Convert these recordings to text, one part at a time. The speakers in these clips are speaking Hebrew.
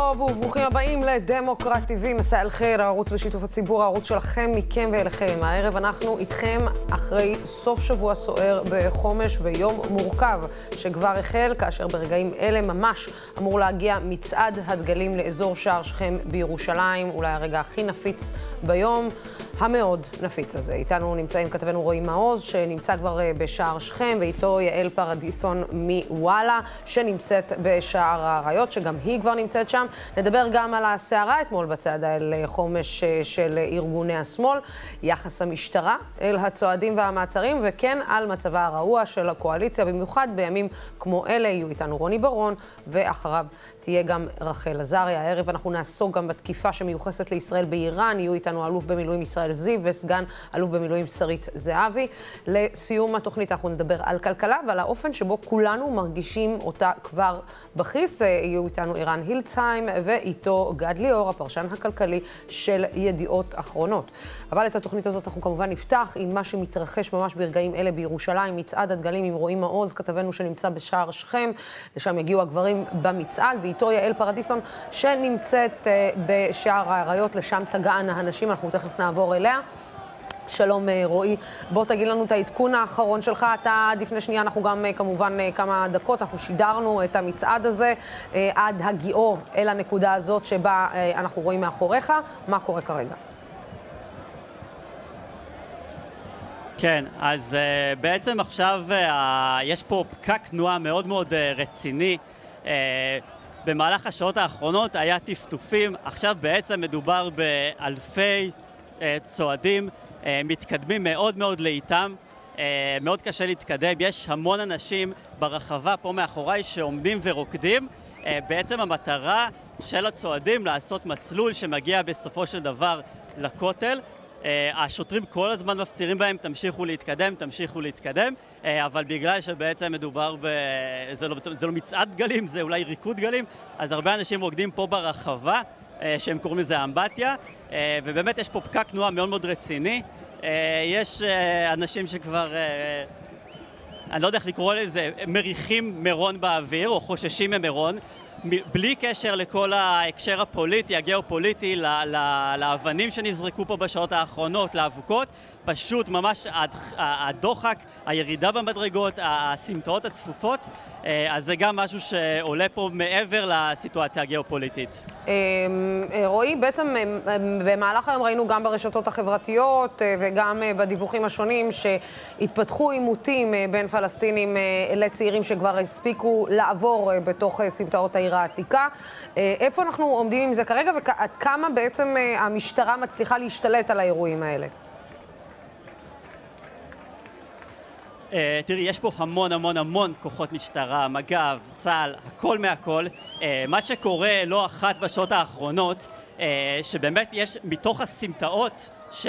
טוב וברוכים הבאים לדמוקרט TV, מסע אל חיר, הערוץ בשיתוף הציבור, הערוץ שלכם, מכם ואליכם. הערב אנחנו איתכם אחרי סוף שבוע סוער בחומש ויום מורכב שכבר החל, כאשר ברגעים אלה ממש אמור להגיע מצעד הדגלים לאזור שער שכם בירושלים, אולי הרגע הכי נפיץ ביום המאוד נפיץ הזה. איתנו נמצאים כתבנו רועי מעוז, שנמצא כבר בשער שכם, ואיתו יעל פרדיסון מוואלה, שנמצאת בשער האריות, שגם היא כבר נמצאת שם. נדבר גם על הסערה אתמול בצעד אל חומש של ארגוני השמאל, יחס המשטרה אל הצועדים והמעצרים, וכן על מצבה הרעוע של הקואליציה, במיוחד בימים כמו אלה. יהיו איתנו רוני ברון, ואחריו תהיה גם רחל עזריה. הערב אנחנו נעסוק גם בתקיפה שמיוחסת לישראל באיראן. יהיו איתנו אלוף במילואים ישראל זיו וסגן אלוף במילואים שרית זהבי. לסיום התוכנית אנחנו נדבר על כלכלה ועל האופן שבו כולנו מרגישים אותה כבר בכיס. יהיו איתנו אירן הילצהיים ואיתו גד ליאור, הפרשן הכלכלי של ידיעות אחרונות. אבל את התוכנית הזאת אנחנו כמובן נפתח עם מה שמתרחש ממש ברגעים אלה בירושלים, מצעד הדגלים עם רועי מעוז, כתבנו שנמצא בשער שכם, לשם יגיעו הגברים במצעד, ואיתו יעל פרדיסון שנמצאת בשער האריות, לשם תגענה הנשים, אנחנו תכף נעבור אליה. שלום רועי, בוא תגיד לנו את העדכון האחרון שלך. אתה עד לפני שנייה, אנחנו גם כמובן כמה דקות, אנחנו שידרנו את המצעד הזה עד הגיעו אל הנקודה הזאת שבה אנחנו רואים מאחוריך. מה קורה כרגע? כן, אז בעצם עכשיו יש פה פקק תנועה מאוד מאוד רציני. במהלך השעות האחרונות היה טפטופים, עכשיו בעצם מדובר באלפי צועדים, מתקדמים מאוד מאוד לאיתם, מאוד קשה להתקדם, יש המון אנשים ברחבה פה מאחוריי שעומדים ורוקדים. בעצם המטרה של הצועדים לעשות מסלול שמגיע בסופו של דבר לכותל. השוטרים כל הזמן מפצירים בהם, תמשיכו להתקדם, תמשיכו להתקדם, אבל בגלל שבעצם מדובר זה לא מצעד דגלים, זה אולי ריקוד דגלים, אז הרבה אנשים רוקדים פה ברחבה, שהם קוראים לזה אמבטיה, ובאמת יש פה פקק תנועה מאוד מאוד רציני. יש אנשים שכבר, אני לא יודע איך לקרוא לזה, מריחים מירון באוויר או חוששים ממירון, בלי קשר לכל ההקשר הפוליטי, הגיאופוליטי, לאבנים שנזרקו פה בשעות האחרונות, לאבוקות, פשוט ממש הדוחק, הירידה במדרגות, הסמטאות הצפופות, אז זה גם משהו שעולה פה מעבר לסיטואציה הגיאופוליטית. רועי, בעצם במהלך היום ראינו גם ברשתות החברתיות וגם בדיווחים השונים שהתפתחו עימותים בין פלסטינים לצעירים שכבר הספיקו לעבור בתוך סמטאות העיר העתיקה. איפה אנחנו עומדים עם זה כרגע ועד כמה בעצם המשטרה מצליחה להשתלט על האירועים האלה? תראי, יש פה המון כוחות משטרה, מג"ב, צה"ל, הכל מהכל. מה שקורה לא אחת בשעות האחרונות, שבאמת יש מתוך הסמטאות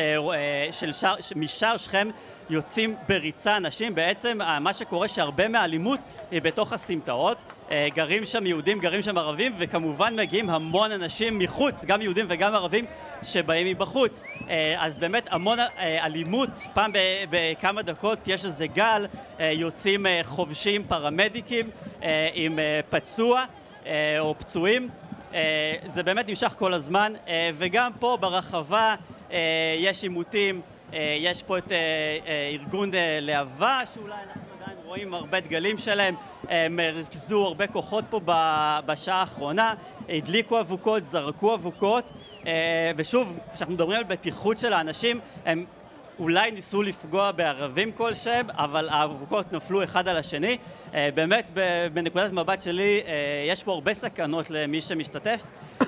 משער שכם יוצאים בריצה אנשים. בעצם מה שקורה שהרבה מהאלימות היא בתוך הסמטאות, גרים שם יהודים, גרים שם ערבים, וכמובן מגיעים המון אנשים מחוץ, גם יהודים וגם ערבים שבאים מבחוץ. אז באמת המון אלימות, פעם בכמה דקות יש איזה גל, יוצאים חובשים פרמדיקים עם פצוע או פצועים. זה באמת נמשך כל הזמן, וגם פה ברחבה יש עימותים. יש פה את ארגון להבה, שאולי אנחנו עדיין רואים הרבה דגלים שלהם, הם ריכזו הרבה כוחות פה בשעה האחרונה, הדליקו אבוקות, זרקו אבוקות, ושוב, כשאנחנו מדברים על בטיחות של האנשים, הם אולי ניסו לפגוע בערבים כלשהם, אבל האבוקות נפלו אחד על השני. באמת, בנקודת מבט שלי, יש פה הרבה סכנות למי שמשתתף.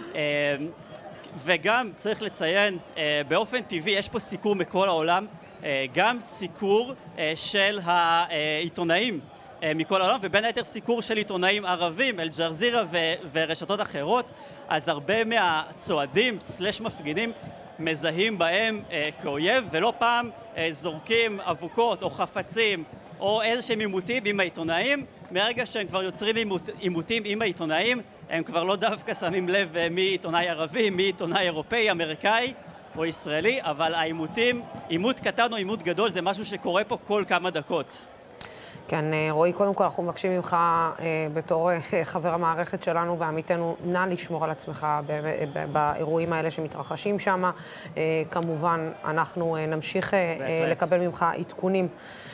וגם צריך לציין, באופן טבעי יש פה סיקור מכל העולם, גם סיקור של העיתונאים מכל העולם, ובין היתר סיקור של עיתונאים ערבים, אל-ג'זירה ורשתות אחרות. אז הרבה מהצועדים סלש מפגינים מזהים בהם כאויב, ולא פעם זורקים אבוקות או חפצים או איזשהם עימותים עם העיתונאים. מהרגע שהם כבר יוצרים עימותים עם העיתונאים, הם כבר לא דווקא שמים לב מי עיתונאי ערבי, מי עיתונאי אירופאי, אמריקאי או ישראלי, אבל העימותים, עימות קטן או עימות גדול, זה משהו שקורה פה כל כמה דקות. כן, רועי, קודם כל אנחנו מבקשים ממך בתור חבר המערכת שלנו ועמיתנו, נא לשמור על עצמך באירועים האלה שמתרחשים שם. כמובן, אנחנו נמשיך לקבל ממך עדכונים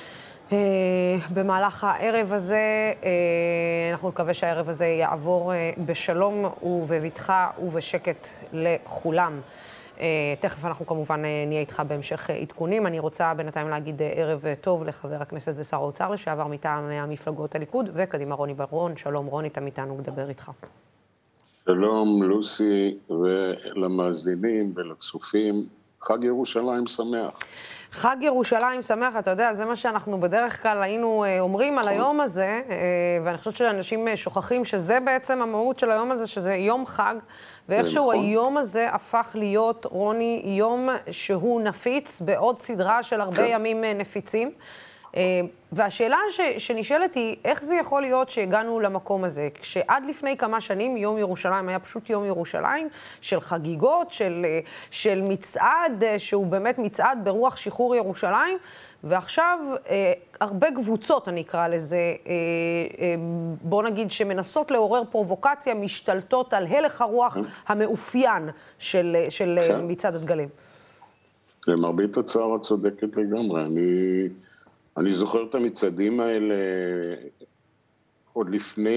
במהלך הערב הזה. אנחנו נקווה שהערב הזה יעבור בשלום ובבטחה ובשקט לכולם. תכף אנחנו כמובן נהיה איתך בהמשך עדכונים. אני רוצה בינתיים להגיד ערב טוב לחבר הכנסת ושר האוצר לשעבר מטעם המפלגות הליכוד, וקדימה רוני בר-און. שלום רוני, אתה איתנו לדבר איתך. שלום לוסי ולמאזינים ולצופים. חג ירושלים שמח. חג ירושלים שמח, אתה יודע, זה מה שאנחנו בדרך כלל היינו אומרים על היום הזה, ואני חושבת שאנשים שוכחים שזה בעצם המהות של היום הזה, שזה יום חג, ואיכשהו היום הזה הפך להיות, רוני, יום שהוא נפיץ בעוד סדרה של הרבה ימים נפיצים. והשאלה שנשאלת היא, איך זה יכול להיות שהגענו למקום הזה? כשעד לפני כמה שנים יום ירושלים היה פשוט יום ירושלים, של חגיגות, של מצעד, שהוא באמת מצעד ברוח שחרור ירושלים, ועכשיו הרבה קבוצות, אני אקרא לזה, בוא נגיד שמנסות לעורר פרובוקציה, משתלטות על הלך הרוח המאופיין של מצעד הדגלים. למרבית הצער הצודקת לגמרי. אני זוכר את המצעדים האלה עוד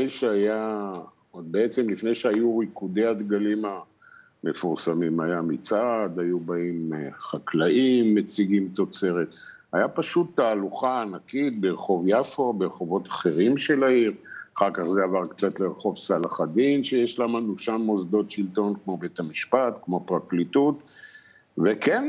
בעצם לפני שהיו ריקודי הדגלים המפורסמים. היה מצעד, היו באים חקלאים, מציגים תוצרת. היה פשוט תהלוכה ענקית ברחוב יפו, ברחובות אחרים של העיר. אחר כך זה עבר קצת לרחוב סלאח א-דין, שיש לנו שם מוסדות שלטון כמו בית המשפט, כמו פרקליטות. וכן,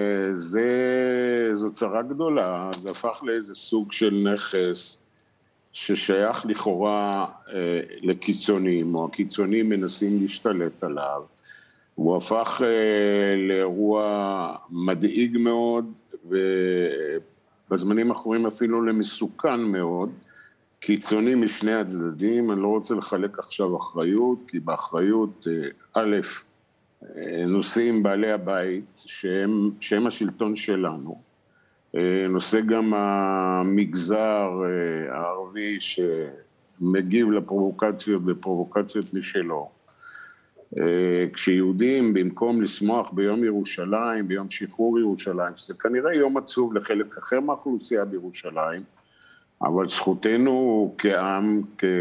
זו צרה גדולה, זה הפך לאיזה סוג של נכס ששייך לכאורה לקיצונים, או הקיצונים מנסים להשתלט עליו. הוא הפך לאירוע מדאיג מאוד, ובזמנים האחרונים אפילו למסוכן מאוד. קיצונים משני הצדדים, אני לא רוצה לחלק עכשיו אחריות, כי באחריות א', נושאים בעלי הבית, שהם השלטון שלנו. נושא גם המגזר הערבי שמגיב לפרובוקציות ופרובוקציות משלו. כשיהודים במקום לשמוח ביום ירושלים, ביום שחרור ירושלים, שזה כנראה יום עצוב לחלק אחר מהאוכלוסייה בירושלים, אבל זכותנו כעם,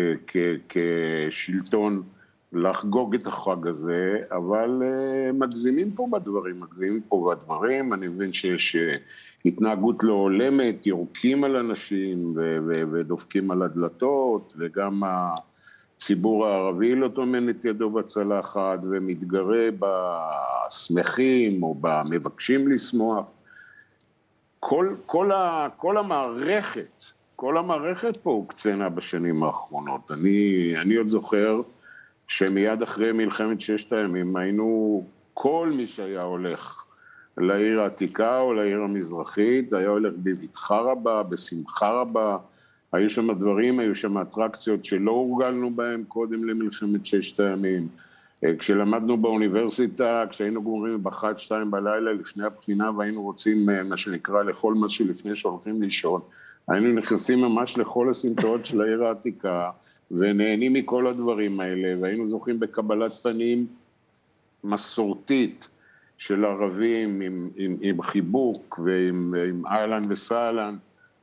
כשלטון, לחגוג את החג הזה, אבל מגזימים פה בדברים, אני מבין שיש התנהגות לא הולמת, יורקים על אנשים ודופקים על הדלתות, וגם הציבור הערבי לא טומן את ידו בצלחת, ומתגרה בשמחים או במבקשים לשמוח. כל המערכת פה הוקצנה בשנים האחרונות. אני עוד זוכר, שמיד אחרי מלחמת ששת הימים היינו, כל מי שהיה הולך לעיר העתיקה או לעיר המזרחית, היה הולך בבטחה רבה, בשמחה רבה, היו שם דברים, היו שם אטרקציות שלא הורגלנו בהם קודם למלחמת ששת הימים. כשלמדנו באוניברסיטה, כשהיינו גומרים ב1-2 בלילה לפני הבחינה, והיינו רוצים מה שנקרא לאכול משהו לפני שהולכים לישון, היינו נכנסים ממש לכל הסמטאות של העיר העתיקה, ונהנים מכל הדברים האלה, והיינו זוכים בקבלת פנים מסורתית של ערבים עם חיבוק ועם אהלן וסהלן.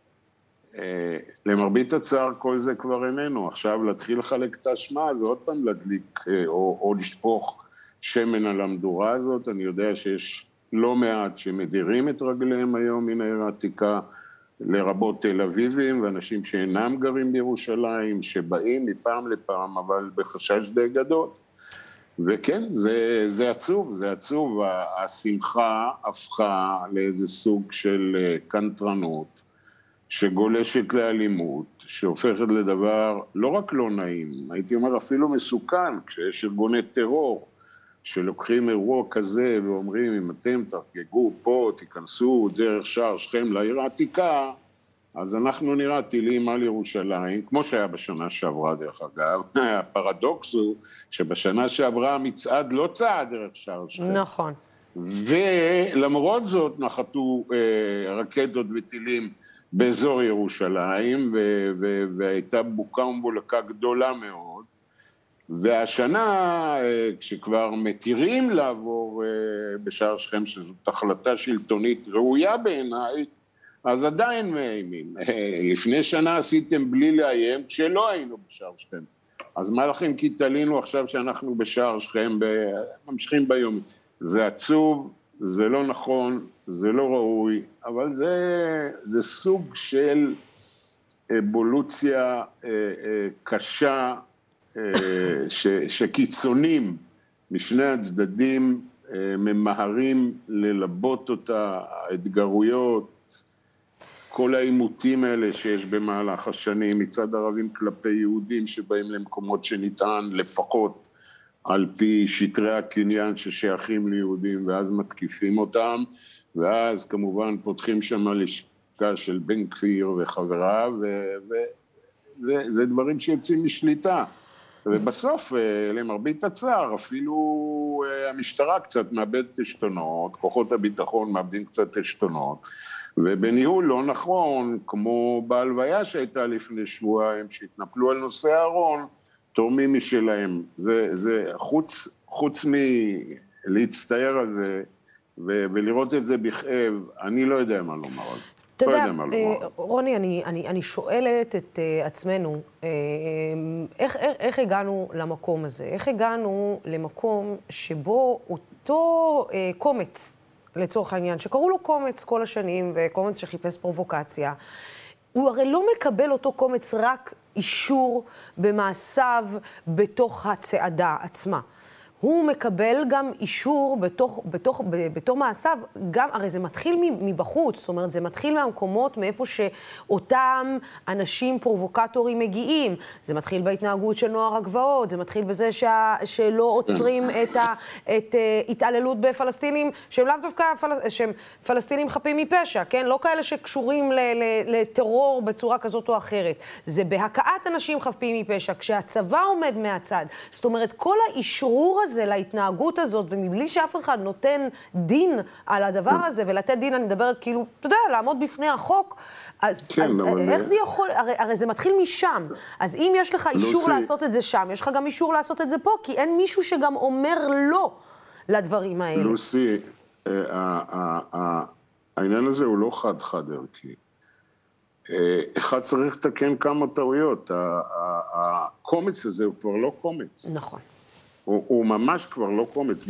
למרבית הצער כל זה כבר איננו. עכשיו להתחיל לחלק את האשמה, זה עוד פעם להדליק או לשפוך שמן על המדורה הזאת. אני יודע שיש לא מעט שמדירים את רגליהם היום מן העיר העתיקה, לרבות תל אביבים ואנשים שאינם גרים בירושלים, שבאים מפעם לפעם, אבל בחשש די גדול. וכן, זה עצוב. השמחה הפכה לאיזה סוג של קנטרנות, שגולשת לאלימות, שהופכת לדבר לא רק לא נעים, הייתי אומר אפילו מסוכן, כשיש ארגוני טרור, שלוקחים אירוע כזה ואומרים, אם אתם תרגגו פה, תיכנסו דרך שער שכם לעיר העתיקה, אז אנחנו נראה טילים על ירושלים, כמו שהיה בשנה שעברה דרך אגב. הפרדוקס הוא שבשנה שעברה המצעד לא צעד דרך שער שכם. נכון. ולמרות זאת נחתו רקטות וטילים באזור ירושלים, והייתה בוקה ומבולקה גדולה מאוד. והשנה, כשכבר מתירים לעבור בשער שכם, שזאת החלטה שלטונית ראויה בעיניי, אז עדיין מאיימים. לפני שנה עשיתם בלי לאיים, כשלא היינו בשער שכם. אז מה לכם כי תלינו עכשיו שאנחנו בשער שכם, ממשיכים ביום. זה עצוב, זה לא נכון, זה לא ראוי, אבל זה סוג של אבולוציה קשה, שקיצונים משני הצדדים ממהרים ללבות אותה, האתגרויות, כל העימותים האלה שיש במהלך השנים, מצד ערבים כלפי יהודים שבאים למקומות שניתן לפחות על פי שטרי הקניין ששייכים ליהודים, ואז מתקיפים אותם, ואז כמובן פותחים שם לשכה של בן כפיר וחבריו, וזה דברים שיוצאים משליטה. ובסוף, למרבית הצער, אפילו המשטרה קצת מאבדת עשתונות, כוחות הביטחון מאבדים קצת עשתונות, ובניהול לא נכון, כמו בהלוויה שהייתה לפני שבועיים, שהתנפלו על נושא הארון, תורמים משלהם. זה חוץ מלהצטער על זה, ולראות את זה בכאב, אני לא יודע מה לומר על זה. אתה יודע, רוני, אני שואלת את עצמנו, איך הגענו למקום הזה? איך הגענו למקום שבו אותו קומץ, לצורך העניין, שקראו לו קומץ כל השנים, וקומץ שחיפש פרובוקציה, הוא הרי לא מקבל אותו קומץ רק אישור במעשיו בתוך הצעדה עצמה. הוא מקבל גם אישור בתור מעשיו, גם, הרי זה מתחיל מבחוץ, זאת אומרת, זה מתחיל מהמקומות מאיפה שאותם אנשים פרובוקטורים מגיעים, זה מתחיל בהתנהגות של נוער הגבעות, זה מתחיל בזה שלא עוצרים את התעללות בפלסטינים, שהם לאו דווקא שהם פלסטינים חפים מפשע, כן? לא כאלה שקשורים לטרור בצורה כזאת או אחרת. זה בהכאת אנשים חפים מפשע, כשהצבא עומד מהצד. זאת אומרת, כל האישרור הזה, להתנהגות הזאת, ומבלי שאף אחד נותן דין על הדבר הזה, ולתת דין, אני מדברת כאילו, אתה יודע, לעמוד בפני החוק, אז איך זה יכול, הרי זה מתחיל משם, אז אם יש לך אישור לעשות את זה שם, יש לך גם אישור לעשות את זה פה, כי אין מישהו שגם אומר לא לדברים האלה. לוסי, העניין הזה הוא לא חד ערכי. אחד צריך לתקן כמה טעויות, הקומץ הזה הוא כבר לא קומץ. נכון. הוא ממש כבר לא קומץ,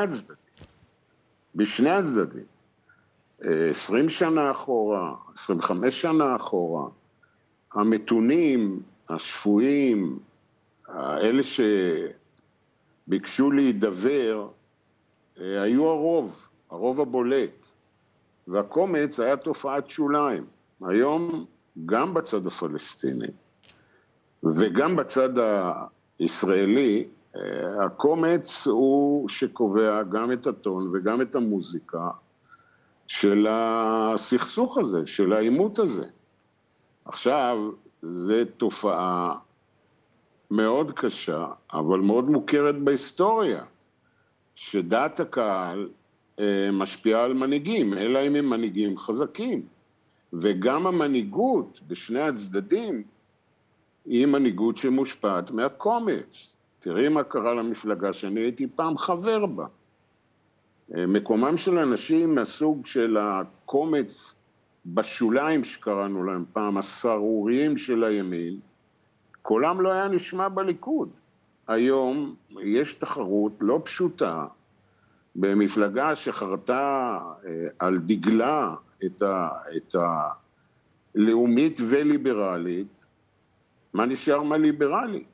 בשני הצדדים. 20 שנה אחורה, 25 שנה אחורה, המתונים, השפויים, אלה שביקשו להידבר, היו הרוב הבולט, והקומץ היה תופעת שוליים. היום גם בצד הפלסטיני וגם בצד הישראלי, הקומץ הוא שקובע גם את הטון וגם את המוזיקה של הסכסוך הזה, של העימות הזה. עכשיו, זו תופעה מאוד קשה, אבל מאוד מוכרת בהיסטוריה, שדעת הקהל משפיעה על מנהיגים, אלא אם הם מנהיגים חזקים. וגם המנהיגות בשני הצדדים היא מנהיגות שמושפעת מהקומץ. תראי מה קרה למפלגה שאני הייתי פעם חבר בה. מקומם של אנשים מהסוג של הקומץ בשוליים שקראנו להם פעם, הסרוריים של הימין, קולם לא היה נשמע בליכוד. היום יש תחרות לא פשוטה במפלגה שחרתה על דגלה את הלאומית וליברלית. מה נשאר מהליברלית?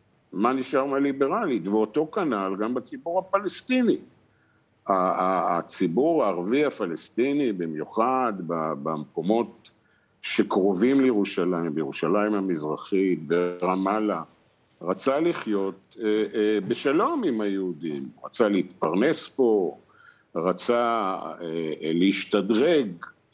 ואותו כנ"ל גם בציבור הפלסטיני. הציבור הערבי הפלסטיני, במיוחד במקומות שקרובים לירושלים, בירושלים המזרחית, ברמאללה, רצה לחיות בשלום עם היהודים, רצה להתפרנס פה, רצה להשתדרג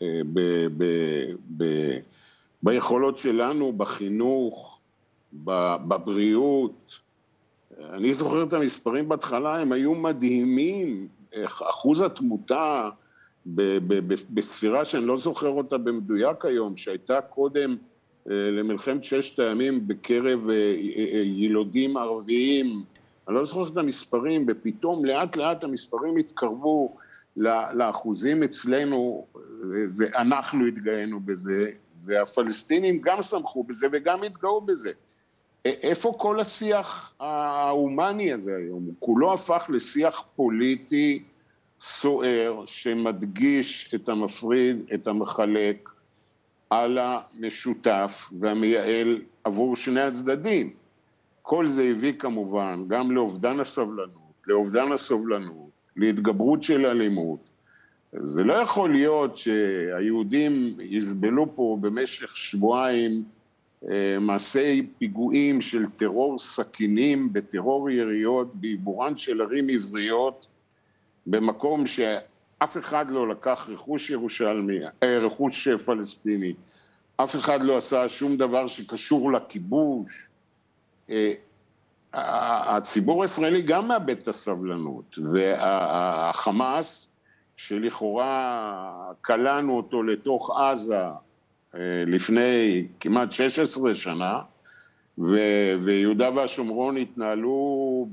ביכולות שלנו, בחינוך, בבריאות. אני זוכר את המספרים בהתחלה, הם היו מדהימים, אחוז התמותה בספירה שאני לא זוכר אותה במדויק היום, שהייתה קודם למלחמת ששת הימים בקרב ילודים ערביים, אני לא זוכר את המספרים, ופתאום לאט לאט המספרים התקרבו לאחוזים אצלנו, אנחנו התגאינו בזה, והפלסטינים גם שמחו בזה וגם התגאו בזה. איפה כל השיח ההומני הזה היום? הוא כולו הפך לשיח פוליטי סוער, שמדגיש את המפריד, את המחלק, על המשותף והמייעל עבור שני הצדדים. כל זה הביא כמובן גם לאובדן הסובלנות, להתגברות של אלימות. זה לא יכול להיות שהיהודים יסבלו פה במשך שבועיים מעשי פיגועים של טרור סכינים, בטרור יריות, בעיבורן של ערים עבריות, במקום שאף אחד לא לקח רכוש פלסטיני, אף אחד לא עשה שום דבר שקשור לכיבוש. הציבור הישראלי גם מאבד את הסבלנות, והחמאס, שלכאורה קלענו אותו לתוך עזה לפני כמעט 16 שנה, ויהודה והשומרון התנהלו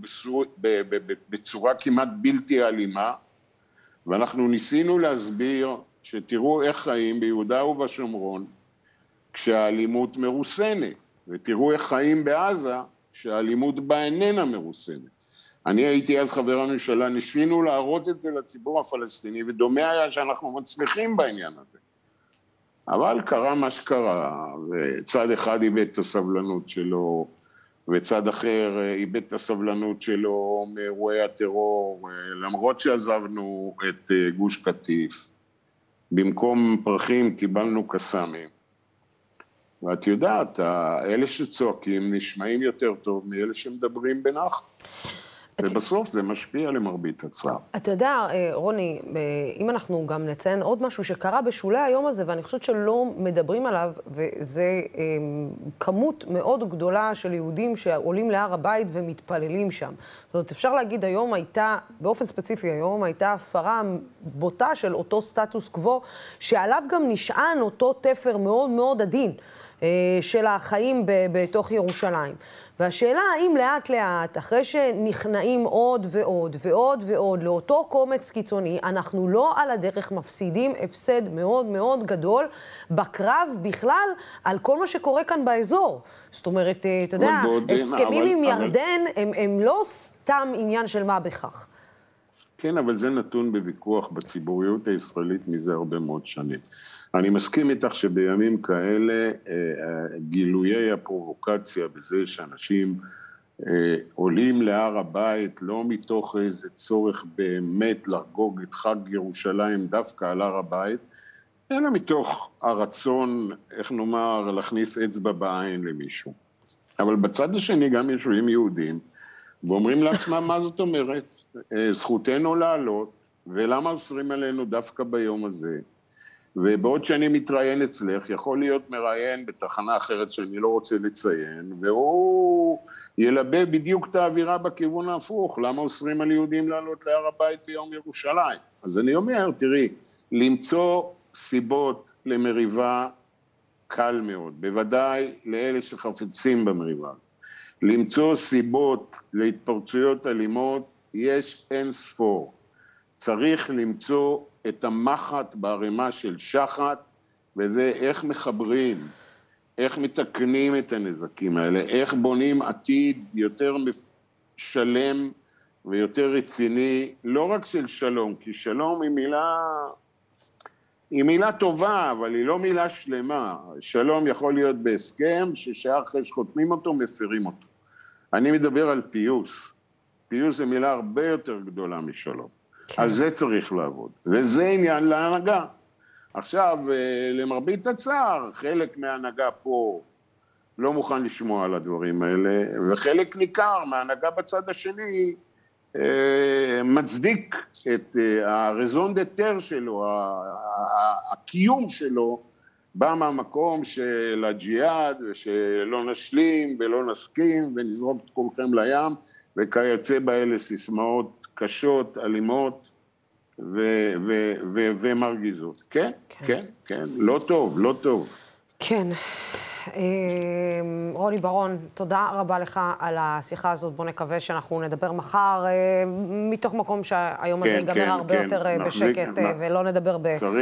בצורה כמעט בלתי אלימה, ואנחנו ניסינו להסביר שתראו איך חיים ביהודה ובשומרון כשהאלימות מרוסנת, ותראו איך חיים בעזה כשהאלימות בה איננה מרוסנת. אני הייתי אז חבר הממשלה, ניסינו להראות את זה לציבור הפלסטיני, ודומה היה שאנחנו מצליחים בעניין הזה. אבל קרה מה שקרה, וצד אחד איבד את הסבלנות שלו, וצד אחר איבד את הסבלנות שלו מאירועי הטרור, למרות שעזבנו את גוש קטיף. במקום פרחים קיבלנו קסמים. ואת יודעת, אלה שצועקים נשמעים יותר טוב מאלה שמדברים בנחת. ובסוף זה משפיע למרבית הצער. אתה יודע, רוני, אם אנחנו גם נציין עוד משהו שקרה בשולי היום הזה, ואני חושבת שלא מדברים עליו, וזה כמות מאוד גדולה של יהודים שעולים להר הבית ומתפללים שם. זאת אומרת, אפשר להגיד היום הייתה, באופן ספציפי היום, הייתה הפרה בוטה של אותו סטטוס קוו, שעליו גם נשען אותו תפר מאוד מאוד עדין של החיים בתוך ירושלים. והשאלה האם לאט לאט, אחרי שנכנעים עוד ועוד ועוד ועוד לאותו קומץ קיצוני, אנחנו לא על הדרך מפסידים הפסד מאוד מאוד גדול בקרב בכלל על כל מה שקורה כאן באזור. זאת אומרת, אתה יודע, הסכמים עם ירדן הם לא סתם עניין של מה בכך. כן, אבל זה נתון בוויכוח בציבוריות הישראלית מזה הרבה מאוד שנים. אני מסכים איתך שבימים כאלה גילויי הפרובוקציה בזה שאנשים עולים להר הבית לא מתוך איזה צורך באמת לחגוג את חג ירושלים דווקא על הר הבית, אלא מתוך הרצון, איך נאמר, להכניס אצבע בעין למישהו. אבל בצד השני גם יושבים יהודים ואומרים לעצמם מה זאת אומרת, זכותנו לעלות, ולמה אוסרים עלינו דווקא ביום הזה. ובעוד שאני מתראיין אצלך, יכול להיות מראיין בתחנה אחרת שאני לא רוצה לציין, והוא ילבה בדיוק את האווירה בכיוון ההפוך, למה אוסרים על יהודים לעלות להר הבית ביום ירושלים. אז אני אומר, תראי, למצוא סיבות למריבה קל מאוד, בוודאי לאלה שחפצים במריבה. למצוא סיבות להתפרצויות אלימות, יש אין ספור. צריך למצוא את המחט בערימה של שחת, וזה איך מחברים, איך מתקנים את הנזקים האלה, איך בונים עתיד יותר שלם ויותר רציני, לא רק של שלום, כי שלום היא מילה טובה, אבל היא לא מילה שלמה. שלום יכול להיות בהסכם שאחרי שחותמים אותו, מפרים אותו. אני מדבר על פיוס. פיוס זה מילה הרבה יותר גדולה משלום. כן. על זה צריך לעבוד, וזה עניין להנהגה. עכשיו, למרבית הצער, חלק מההנהגה פה לא מוכן לשמוע על הדברים האלה, וחלק ניכר מההנהגה בצד השני מצדיק את הרזון דטר שלו, הקיום שלו, בא מהמקום של הג'יהאד, ושלא נשלים ולא נסכים ונזרוק את כולכם לים, וכיוצא באלה סיסמאות קשות, אלימות, ומרגיזות. כן, כן, כן, לא טוב, לא טוב. כן. רוני בר-און, תודה רבה לך על השיחה הזאת. בוא נקווה שאנחנו נדבר מחר, מתוך מקום שהיום הזה ייגמר הרבה יותר בשקט, ולא נדבר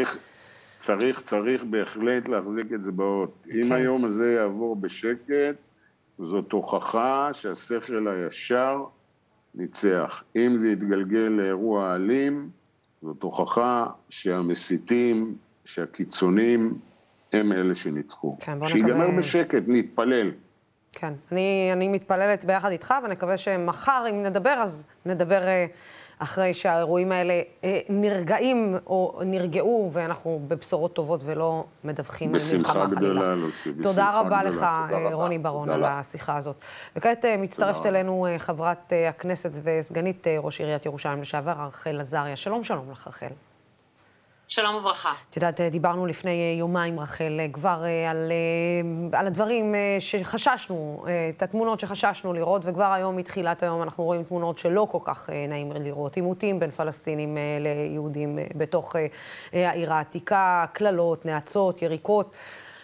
צריך בהחלט להחזיק את זה באות. אם היום הזה יעבור בשקט, זאת הוכחה שהשכל הישר ניצח. אם זה יתגלגל לאירוע אלים, זאת הוכחה שהמסיתים, שהקיצונים, הם אלה שניצחו. כן, שיגמר בשקט, נתפלל. כן, אני מתפללת ביחד איתך, ונקווה שמחר, אם נדבר, אז נדבר אחרי שהאירועים האלה נרגעים או נרגעו, ואנחנו בבשורות טובות ולא מדווחים על מלחמה חלילה. בשמחה גדולה, לוסי. תודה רבה לך, רוני בר-און, על השיחה הזאת. וכעת מצטרפת אלינו חברת הכנסת וסגנית ראש עיריית ירושלים לשעבר, רחל עזריה. שלום, שלום לך, רחל. שלום וברכה. את יודעת, דיברנו לפני יומיים, רחל, כבר על הדברים שחששנו, את התמונות שחששנו לראות, וכבר היום, מתחילת היום, אנחנו רואים תמונות שלא כל כך נעים לראות. עימותים בין פלסטינים ליהודים בתוך העיר העתיקה, כללות, נאצות, יריקות.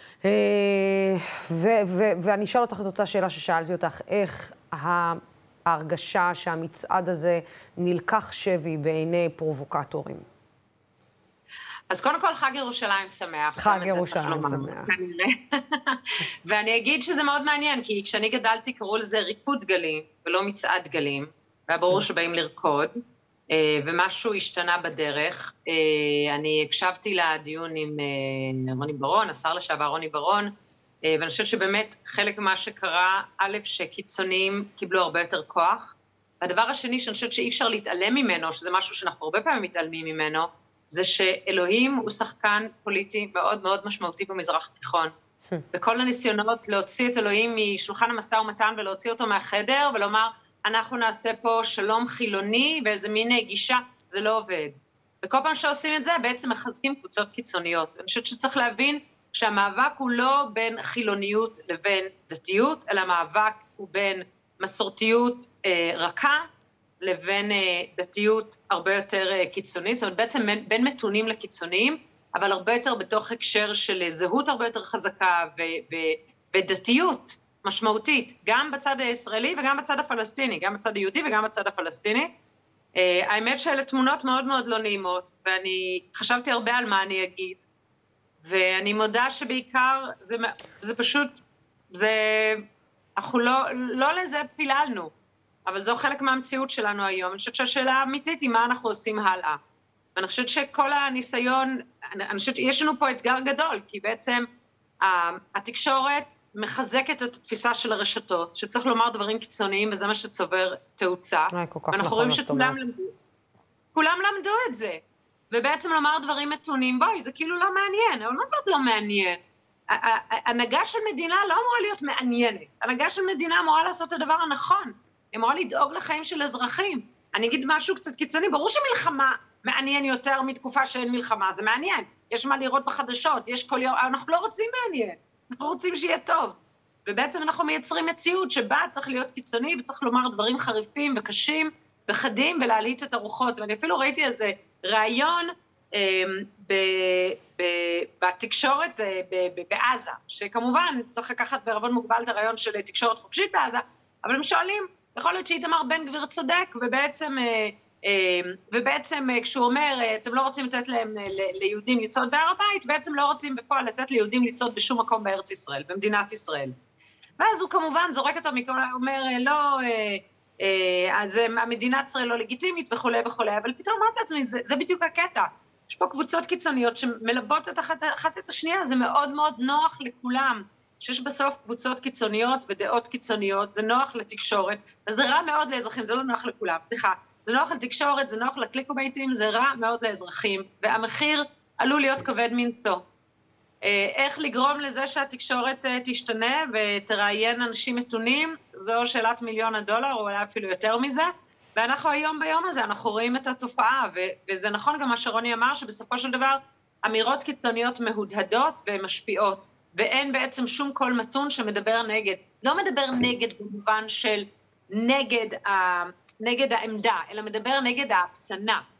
ואני אשאל אותך את אותה שאלה ששאלתי אותך, איך ההרגשה שהמצעד הזה נלקח שבי בעיני פרובוקטורים? אז קודם כל, חג ירושלים שמח. חג ירושלים שמח. ואני אגיד שזה מאוד מעניין, כי כשאני גדלתי קראו לזה ריקוד גלים, ולא מצעד גלים, והיה ברור שבאים לרקוד, ומשהו השתנה בדרך. אני הקשבתי לדיון עם רוני בר-און, השר לשעבר רוני בר-און, ואני חושבת שבאמת חלק ממה שקרה, א', שקיצוניים קיבלו הרבה יותר כוח. והדבר השני שאני חושבת שאי אפשר להתעלם ממנו, שזה משהו שאנחנו הרבה פעמים מתעלמים ממנו, זה שאלוהים הוא שחקן פוליטי מאוד מאוד משמעותי במזרח התיכון. וכל הניסיונות להוציא את אלוהים משולחן המשא ומתן ולהוציא אותו מהחדר ולומר, אנחנו נעשה פה שלום חילוני ואיזה מין גישה, זה לא עובד. וכל פעם שעושים את זה בעצם מחזקים קבוצות קיצוניות. אני חושבת שצריך להבין שהמאבק הוא לא בין חילוניות לבין דתיות, אלא המאבק הוא בין מסורתיות רכה, לבין דתיות הרבה יותר קיצונית, זאת אומרת בעצם בין מתונים לקיצוניים, אבל הרבה יותר בתוך הקשר של זהות הרבה יותר חזקה ודתיות משמעותית, גם בצד הישראלי וגם בצד הפלסטיני, גם בצד היהודי וגם בצד הפלסטיני. האמת שאלה תמונות מאוד מאוד לא נעימות, ואני חשבתי הרבה על מה אני אגיד, ואני מודה שבעיקר זה פשוט, אנחנו לא לזה פיללנו, אבל זו חלק מהמציאות שלנו היום. אני חושבת שהשאלה האמיתית היא מה אנחנו עושים הלאה. ואני חושבת שכל הניסיון, אני חושבת שיש לנו פה אתגר גדול, כי בעצם התקשורת מחזקת את התפיסה של הרשתות, שצריך לומר דברים קיצוניים, וזה מה שצובר תאוצה. ואנחנו רואים שכולם למדו את זה. ובעצם לומר דברים מתונים, בואי, זה כאילו לא מעניין, אבל מה זאת לא מעניין? הנהגה של מדינה לא אמורה להיות מעניינת. הנהגה של מדינה אמורה לעשות את הדבר הנכון. הם אמורה לדאוג לחיים של אזרחים. אני אגיד משהו קצת קיצוני, ברור שמלחמה מעניין יותר מתקופה שאין מלחמה, זה מעניין. יש מה לראות בחדשות, יש כל יום, אנחנו לא רוצים מעניין, אנחנו רוצים שיהיה טוב. ובעצם אנחנו מייצרים מציאות שבה צריך להיות קיצוני, וצריך לומר דברים חריפים וקשים וחדים, ולהעלית את הרוחות. ואני אפילו ראיתי איזה רעיון בתקשורת בעזה, שכמובן צריך לקחת בערבון מוגבל את הרעיון של תקשורת חופשית בעזה, אבל הם שואלים, יכול להיות שאיתמר בן גביר צודק, ובעצם כשהוא אומר, אתם לא רוצים לתת להם ליהודים לצעוד בהר הבית, בעצם לא רוצים בפועל לתת ליהודים לצעוד בשום מקום בארץ ישראל, במדינת ישראל. ואז הוא כמובן זורק אותו מכל, אומר, לא, אז המדינת ישראל לא לגיטימית וכו' וכו', אבל פתאום אמרת לעצמי, זה בדיוק הקטע. יש פה קבוצות קיצוניות שמלבות את אחת את השנייה, זה מאוד מאוד נוח לכולם. שיש בסוף קבוצות קיצוניות ודעות קיצוניות, זה נוח לתקשורת, וזה רע מאוד לאזרחים, זה לא נוח לכולם, סליחה, זה נוח לתקשורת, זה נוח לקליקובייטים, זה רע מאוד לאזרחים, והמחיר עלול להיות כבד מנשוא. איך לגרום לזה שהתקשורת תשתנה ותראיין אנשים מתונים, זו שאלת $1,000,000, או אולי אפילו יותר מזה, ואנחנו היום ביום הזה, אנחנו רואים את התופעה, וזה נכון גם מה שרוני אמר, שבסופו של דבר, אמירות קיצוניות מהודהדות ומשפיעות, ואין בעצם שום קול מתון שמדבר נגד. לא מדבר נגד במובן של נגד העמדה, אלא מדבר נגד ההפצנה.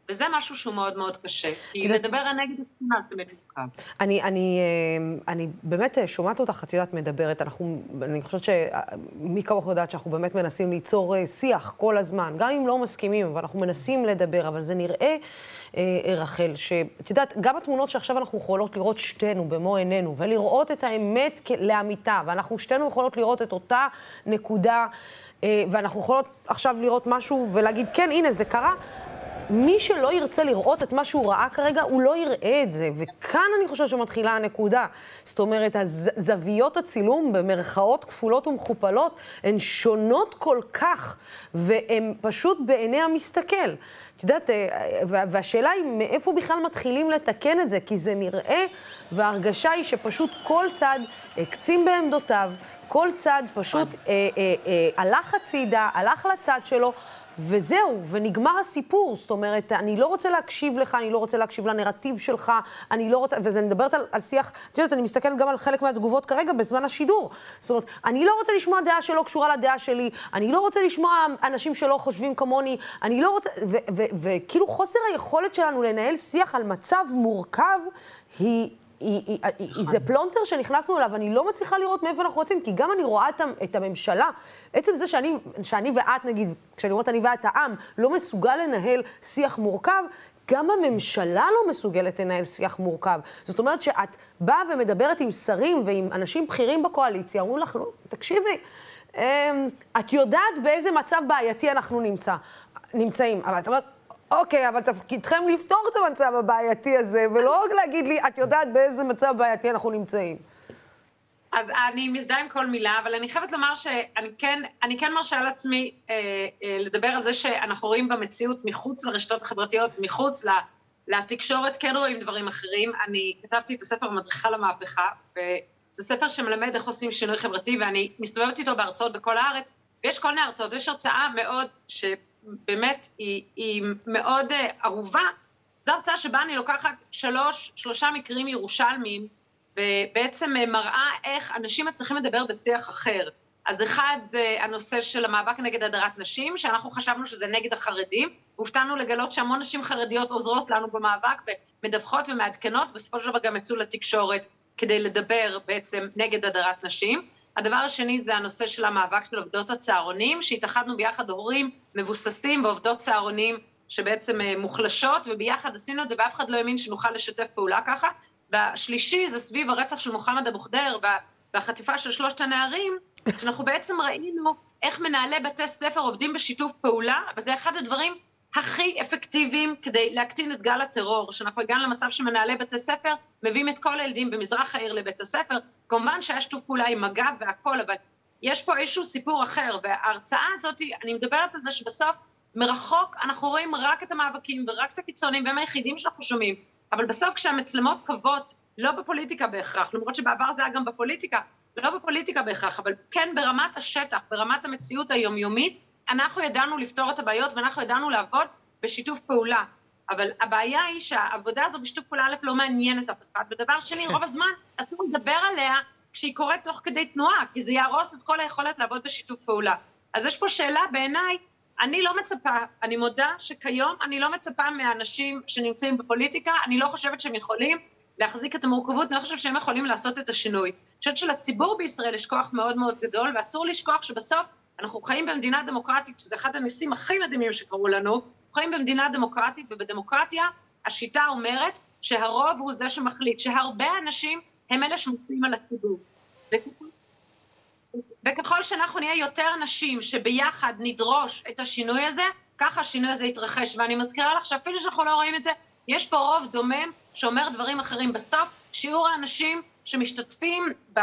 וזה משהו שהוא מאוד מאוד קשה, כי לדבר נגד עצמה זה מורכב. אני באמת שומעת אותך, את יודעת, מדברת, אני חושבת שמי כמוך יודעת שאנחנו באמת מנסים ליצור שיח כל הזמן, גם אם לא מסכימים, ואנחנו מנסים לדבר, אבל זה נראה, רחל, שאת יודעת, גם התמונות שעכשיו אנחנו יכולות לראות שתינו במו עינינו, ולראות את האמת לאמיתה, ואנחנו שתינו יכולות לראות את אותה נקודה, ואנחנו יכולות עכשיו לראות משהו ולהגיד, כן, הנה, זה קרה. מי שלא ירצה לראות את מה שהוא ראה כרגע, הוא לא יראה את זה. וכאן אני חושבת שמתחילה הנקודה. זאת אומרת, הזוויות הצילום במרכאות כפולות ומכופלות, הן שונות כל כך, והן פשוט בעיני המסתכל. את יודעת, והשאלה היא מאיפה בכלל מתחילים לתקן את זה, כי זה נראה, וההרגשה היא שפשוט כל צד הקצים בעמדותיו, כל צד פשוט הלך הצידה, הלך לצד שלו, וזהו, ונגמר הסיפור. זאת אומרת, אני לא רוצה להקשיב לך, אני לא רוצה להקשיב לנרטיב שלך, אני לא רוצה, וזה מדברת על שיח, את יודעת, אני מסתכלת גם על חלק מהתגובות כרגע בזמן השידור. זאת אומרת, אני לא רוצה לשמוע דעה שלא קשורה לדעה שלי, אני לא רוצה לשמוע אנשים שלא חושבים כמוני, אני לא רוצה, וכאילו חוסר היכולת שלנו לנהל שיח על מצב מורכב, זה פלונטר שנכנסנו אליו, אני לא מצליחה לראות מאיפה אנחנו רוצים, כי גם אני רואה את הממשלה, עצם זה שאני ואת, נגיד, כשאני רואה את אני ואת העם, לא מסוגל לנהל שיח מורכב, גם הממשלה לא מסוגלת לנהל שיח מורכב. זאת אומרת שאת באה ומדברת עם שרים ועם אנשים בכירים בקואליציה, אומרים לך, לא, תקשיבי, את יודעת באיזה מצב בעייתי אנחנו נמצאים, אבל את אומרת, אוקיי, אבל תפקידכם לפתור את המצב הבעייתי הזה, ולא רק להגיד לי, את יודעת באיזה מצב בעייתי אנחנו נמצאים. אז אני מזדהה עם כל מילה, אבל אני חייבת לומר שאני כן מרשה על עצמי לדבר על זה שאנחנו רואים במציאות מחוץ לרשתות החברתיות, מחוץ לתקשורת, כן רואים דברים אחרים. אני כתבתי את הספר מדריכה למהפכה, וזה ספר שמלמד איך עושים שינוי חברתי, ואני מסתובבת איתו בהרצאות בכל הארץ, ויש כל מיני הרצאות, ויש הרצאה מאוד באמת היא מאוד אהובה. זו הרצאה שבה אני לוקחת שלושה מקרים ירושלמיים, ובעצם מראה איך אנשים מצליחים לדבר בשיח אחר. אז אחד זה הנושא של המאבק נגד הדרת נשים, שאנחנו חשבנו שזה נגד החרדים, והופתענו לגלות שהמון נשים חרדיות עוזרות לנו במאבק, ומדווחות ומעדכנות, בסופו של דבר גם יצאו לתקשורת כדי לדבר בעצם נגד הדרת נשים. הדבר השני זה הנושא של המאבק של עובדות הצהרונים, שהתאחדנו ביחד הורים מבוססים ועובדות צהרונים שבעצם מוחלשות, וביחד עשינו את זה, ואף אחד לא האמין שנוכל לשתף פעולה ככה. והשלישי זה סביב הרצח של מוחמד אבו ח'דיר והחטיפה של 3 הנערים, שאנחנו בעצם ראינו איך מנהלי בתי ספר עובדים בשיתוף פעולה, וזה אחד הדברים הכי אפקטיביים כדי להקטין את גל הטרור, שאנחנו הגענו למצב שמנהלי בתי ספר מביאים את כל הילדים במזרח העיר לבית הספר, כמובן שהיה שיתוף פעולה עם מג"ב והכל, אבל יש פה איזשהו סיפור אחר, וההרצאה הזאת, אני מדברת על זה שבסוף מרחוק אנחנו רואים רק את המאבקים ורק את הקיצונים, והם היחידים שאנחנו שומעים, אבל בסוף כשהמצלמות קוות, לא בפוליטיקה בהכרח, למרות שבעבר זה היה גם בפוליטיקה, לא בפוליטיקה בהכרח, אבל כן ברמת השטח, ברמת המציאות היומיומית, אנחנו ידענו לפתור את הבעיות, ואנחנו ידענו לעבוד בשיתוף פעולה. אבל הבעיה היא שהעבודה הזו בשיתוף פעולה א' לא מעניינת אף אחד, ודבר שני, רוב הזמן אסור לדבר עליה כשהיא קורית תוך כדי תנועה, כי זה יהרוס את כל היכולת לעבוד בשיתוף פעולה. אז יש פה שאלה בעיניי, אני לא מצפה, אני מודה שכיום אני לא מצפה מהאנשים שנמצאים בפוליטיקה, אני לא חושבת שהם יכולים להחזיק את המורכבות, אני לא חושבת שהם יכולים לעשות את השינוי. אני חושבת שלציבור בישראל יש כוח מאוד מאוד גדול, ואסור לשכוח שבסוף אנחנו חיים במדינה דמוקרטית, שזה אחד הניסים הכי מדהימים שקראו לנו, חיים במדינה דמוקרטית, ובדמוקרטיה השיטה אומרת שהרוב הוא זה שמחליט, שהרבה אנשים הם אלה שמחליטים על הציבור. וככל שאנחנו נהיה יותר אנשים שביחד נדרוש את השינוי הזה, ככה השינוי הזה יתרחש. ואני מזכירה לך שאפילו שאנחנו לא רואים את זה, יש פה רוב דומם שאומר דברים אחרים. בסוף שיעור האנשים שמשתתפים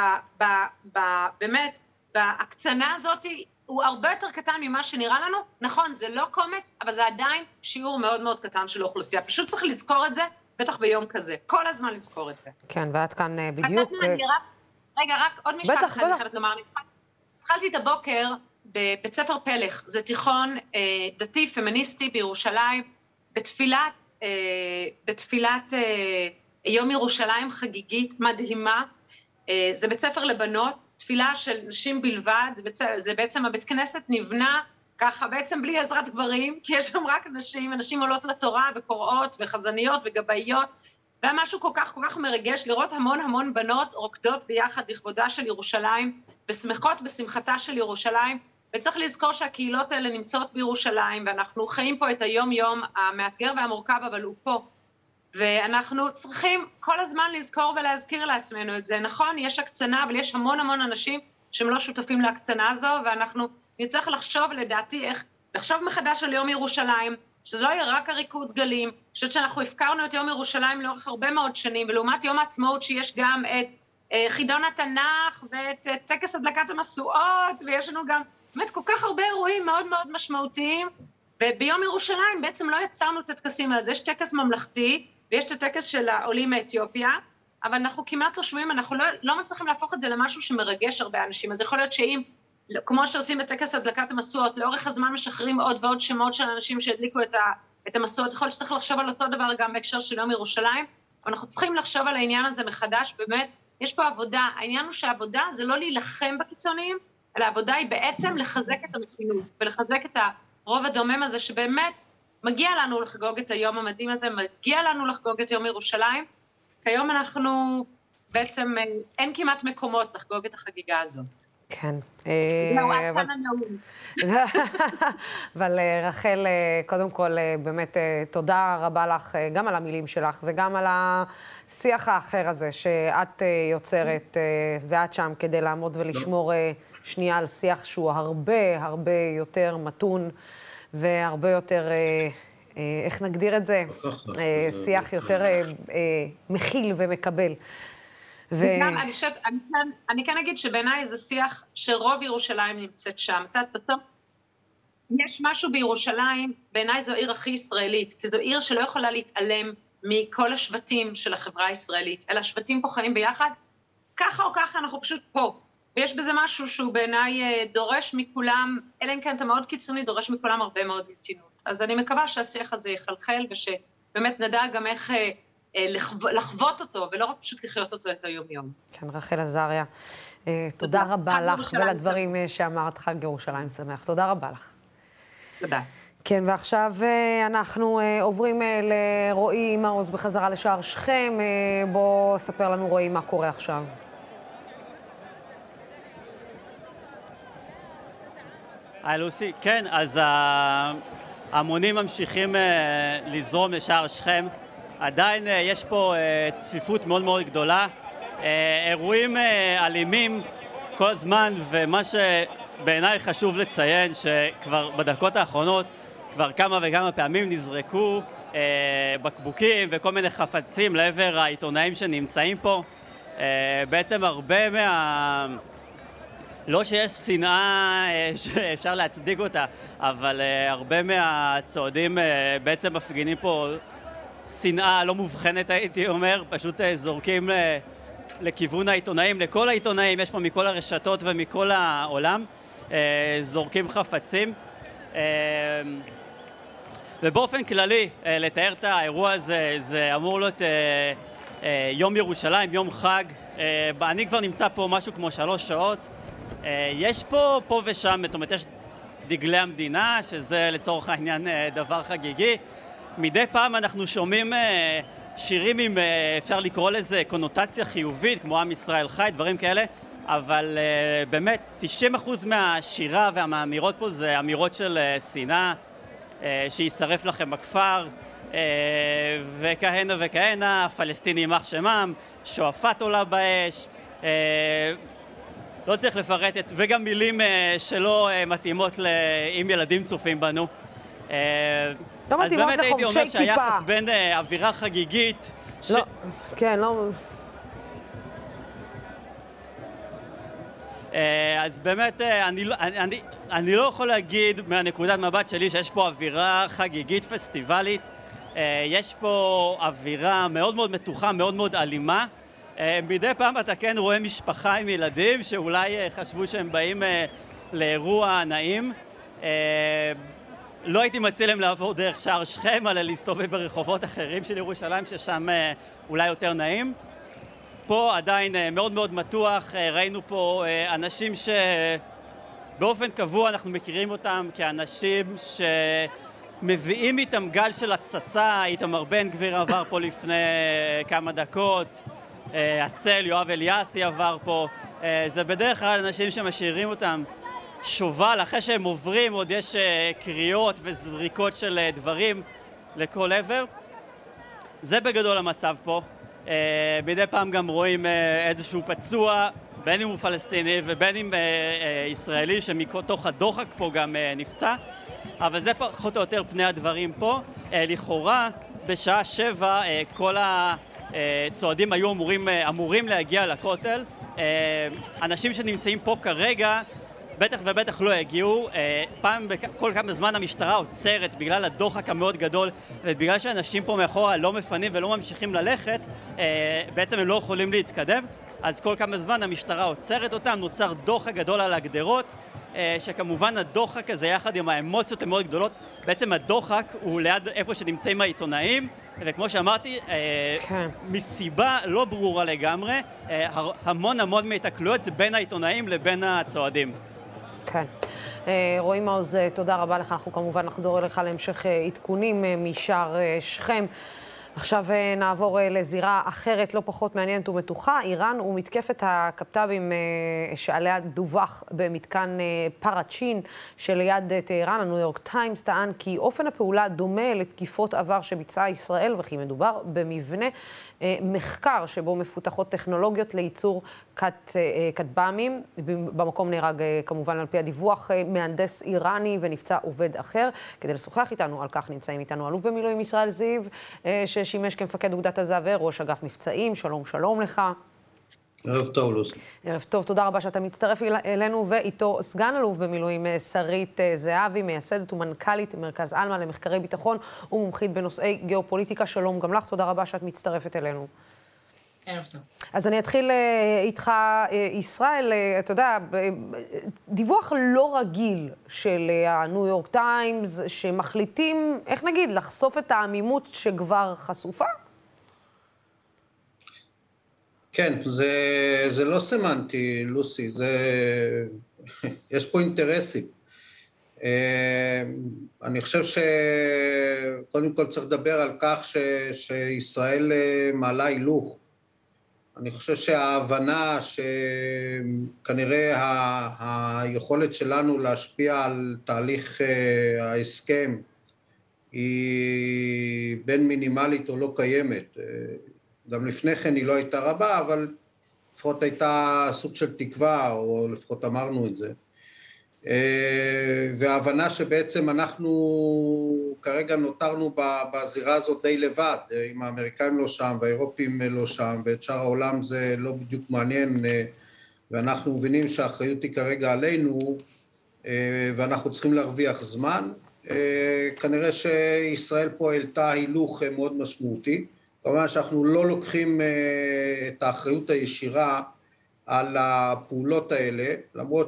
באמת בהקצנה הזאת הוא הרבה יותר קטן ממה שנראה לנו. נכון, זה לא קומץ, אבל זה עדיין שיעור מאוד מאוד קטן של האוכלוסייה. פשוט צריך לזכור את זה, בטח ביום כזה. כל הזמן לזכור את זה. כן, ואת כאן בדיוק... רגע, רק עוד משפט אחד אני חייבת לומר. התחלתי את הבוקר בבית ספר פלך, זה תיכון דתי פמיניסטי בירושלים, בתפילת יום ירושלים חגיגית מדהימה. זה בית ספר לבנות, תפילה של נשים בלבד, זה בעצם הבית כנסת נבנה ככה בעצם בלי עזרת גברים, כי יש שם רק נשים עולות לתורה וקוראות וחזניות וגבאיות, והיה משהו כל כך מרגש לראות המון בנות רוקדות ביחד לכבודה של ירושלים, ושמחות בשמחתה של ירושלים, וצריך לזכור שהקהילות האלה נמצאות בירושלים, ואנחנו חיים פה את היום-יום המאתגר והמורכב, אבל הוא פה. ואנחנו צריכים כל הזמן לזכור ולהזכיר לעצמנו את זה. נכון, יש הקצנה, אבל יש המון אנשים שהם לא שותפים להקצנה הזו, ואנחנו נצטרך לחשוב לדעתי איך לחשוב מחדש על יום ירושלים, שזה לא יהיה רק הריקוד דגלים, שאנחנו הפקרנו את יום ירושלים לאורך הרבה מאוד שנים, ולעומת יום העצמאות שיש גם את חידון התנ"ך ואת טקס הדלקת המשואות, ויש לנו גם באמת כל כך הרבה אירועים מאוד משמעותיים, וביום ירושלים בעצם לא יצרנו את הטקסים האלה. יש טקס ממלכתי, ויש את הטקס של העולים מאתיופיה, אבל אנחנו כמעט לא שומעים, אנחנו לא מצליחים להפוך את זה למשהו שמרגש הרבה אנשים. אז יכול להיות שאם, כמו שעושים בטקס הדלקת המשואות, לאורך הזמן משחררים עוד ועוד שמות של אנשים שהדליקו את המשואות, יכול להיות שצריך לחשוב על אותו דבר גם בהקשר של יום ירושלים, אבל אנחנו צריכים לחשוב על העניין הזה מחדש, באמת, יש פה עבודה, העניין הוא שהעבודה זה לא להילחם בקיצוניים, אלא העבודה היא בעצם לחזק את המתינות, ולחזק את הרוב הדומם הזה, שבאמת מגיע לנו לחגוג את היום המדהים הזה, מגיע לנו לחגוג את יום ירושלים, כיום אנחנו בעצם, אין כמעט מקומות לחגוג את החגיגה הזאת. כן. אבל רחל, קודם כל, באמת תודה רבה לך גם על המילים שלך וגם על השיח האחר הזה שאת יוצרת ואת שם כדי לעמוד ולשמור שנייה על שיח שהוא הרבה יותר מתון והרבה יותר, איך נגדיר את זה? שיח יותר מכיל ומקבל. אני כן אגיד שבעיניי זה שיח שרוב ירושלים נמצאת שם. יש משהו בירושלים, בעיניי זו עיר הכי ישראלית, כי זו עיר שלא יכולה להתעלם מכל השבטים של החברה הישראלית, אלא השבטים פה חיים ביחד, ככה או ככה אנחנו פשוט פה. ויש בזה משהו שהוא בעיניי דורש מכולם, אלא אם כן אתה מאוד קיצוני, דורש מכולם הרבה מאוד מתינות. אז אני מקווה שהשיח הזה יחלחל, ושבאמת נדע גם איך לחוות אותו, ולא רק פשוט לחיות אותו את היום-יום. כן, רחל עזריה, תודה רבה לך ולדברים שאמרת. חג ירושלים שמח. תודה רבה לך. תודה. כן, ועכשיו אנחנו עוברים לרועי מעוז בחזרה לשער שכם. בוא ספר לנו, רועי, מה קורה עכשיו. היי לוסי, כן, אז ההמונים ממשיכים לזרום לשער שכם. עדיין יש פה צפיפות מאוד גדולה, אירועים אלימים כל הזמן, ומה שבעיניי חשוב לציין שכבר בדקות האחרונות כבר כמה וכמה פעמים נזרקו בקבוקים וכל מיני חפצים לעבר העיתונאים שנמצאים פה. בעצם הרבה לא שיש שנאה שאפשר להצדיק אותה, אבל הרבה מהצועדים בעצם מפגינים פה שנאה לא מובחנת, הייתי אומר, פשוט זורקים לכיוון העיתונאים, לכל העיתונאים, יש פה מכל הרשתות ומכל העולם, זורקים חפצים. ובאופן כללי, לתאר את האירוע הזה, זה אמור להיות יום ירושלים, יום חג. אני כבר נמצא פה משהו כמו 3 שעות. יש פה ושם, זאת אומרת, יש דגלי המדינה, שזה לצורך העניין דבר חגיגי. מדי פעם אנחנו שומעים שירים עם, אפשר לקרוא לזה קונוטציה חיובית, כמו עם ישראל חי, דברים כאלה, אבל באמת 90% מהשירה והאמירות פה זה אמירות של שנאה, שישרף לכם בכפר, וכהנה וכהנה, פלסטינים יימח שמם, שועפאט עולה באש, לא צריך לפרט וגם מילים שלא מתאימות אם ילדים צופים בנו. לא מתאימות לחובשי כיפה. אז באמת הייתי אומר שהיחס בין אווירה חגיגית... לא, כן, לא... אז באמת אני לא יכול להגיד מהנקודת מבט שלי שיש פה אווירה חגיגית פסטיבלית. יש פה אווירה מאוד מתוחה, מאוד אלימה. מדי פעם אתה כן רואה משפחה עם ילדים שאולי חשבו שהם באים לאירוע נעים. לא הייתי מציע להם לעבור דרך שער שכם, אלא להסתובב ברחובות אחרים של ירושלים, ששם אולי יותר נעים. פה עדיין מאוד מתוח, ראינו פה אנשים באופן קבוע אנחנו מכירים אותם כאנשים שמביאים איתם גל של התססה. איתמר בן גביר עבר פה לפני כמה דקות, הצל, יואב אליאסי עבר פה. זה בדרך כלל אנשים שמשאירים אותם שובל, אחרי שהם עוברים עוד יש קריאות וזריקות של דברים לכל עבר. זה בגדול המצב פה. מדי פעם גם רואים איזשהו פצוע, בין אם הוא פלסטיני ובין אם ישראלי שמתוך הדוחק פה גם נפצע, אבל זה פחות או יותר פני הדברים פה. לכאורה בשעה 7 כל הצועדים היו אמורים להגיע לכותל. אנשים שנמצאים פה כרגע בטח ובטח לא הגיעו. כל כמה זמן המשטרה עוצרת בגלל הדוחק המאוד גדול, ובגלל שאנשים פה מאחורה לא מפנים ולא ממשיכים ללכת, בעצם הם לא יכולים להתקדם. אז כל כמה זמן המשטרה עוצרת אותם, נוצר דוחק גדול על הגדרות, שכמובן הדוחק הזה יחד עם האמוציות המאוד גדולות, בעצם הדוחק הוא ליד איפה שנמצאים העיתונאים, וכמו שאמרתי, כן. מסיבה לא ברורה לגמרי, המון מהתקלויות זה בין העיתונאים לבין הצועדים. כן. רועי מעוז, תודה רבה לך. אנחנו כמובן נחזור אליך להמשך עדכונים משער שכם. עכשיו נעבור לזירה אחרת, לא פחות מעניינת ומתוחה. איראן ומתקפת הקפטבים שעליה דווח במתקן פרצ'ין שליד טהרן. הניו יורק טיימס טען כי אופן הפעולה דומה לתקיפות עבר שביצעה ישראל, וכי מדובר במבנה מחקר שבו מפותחות טכנולוגיות לייצור כטב"מים. במקום נהרג כמובן על פי הדיווח מהנדס איראני ונפצע עובד אחר. כדי לשוחח איתנו על כך נמצאים איתנו אלוף במילואים ישראל זיו, ששימש כמפקד אוגדת הזהב וראש אגף מבצעים. שלום לך. ערב טוב, לוסי. ערב טוב, תודה רבה שאתה מצטרף אלינו, ואיתו סגן אלוף במילואים שרית זהבי, מייסדת ומנכ"לית מרכז אלמה למחקרי ביטחון ומומחית בנושאי גיאופוליטיקה. שלום גם לך, תודה רבה שאת מצטרפת אלינו. ערב טוב. אז אני אתחיל איתך, ישראל. אתה יודע, דיווח לא רגיל של הניו יורק טיימס, שמחליטים, איך נגיד, לחשוף את העמימות שכבר חשופה? כן, זה לא סמנטי, לוסי, יש פה אינטרסים. אני חושב שקודם כל צריך לדבר על כך שישראל מעלה הילוך. אני חושב שההבנה שכנראה היכולת שלנו להשפיע על תהליך ההסכם היא בין מינימלית או לא קיימת. גם לפני כן היא לא הייתה רבה, אבל לפחות הייתה סוג של תקווה, או לפחות אמרנו את זה. וההבנה שבעצם אנחנו כרגע נותרנו בזירה הזאת די לבד, אם האמריקאים לא שם והאירופים לא שם, ואת שאר העולם זה לא בדיוק מעניין, ואנחנו מבינים שהאחריות היא כרגע עלינו, ואנחנו צריכים להרוויח זמן. כנראה שישראל פה העלתה הילוך מאוד משמעותי, כלומר שאנחנו לא לוקחים את האחריות הישירה על הפעולות האלה, למרות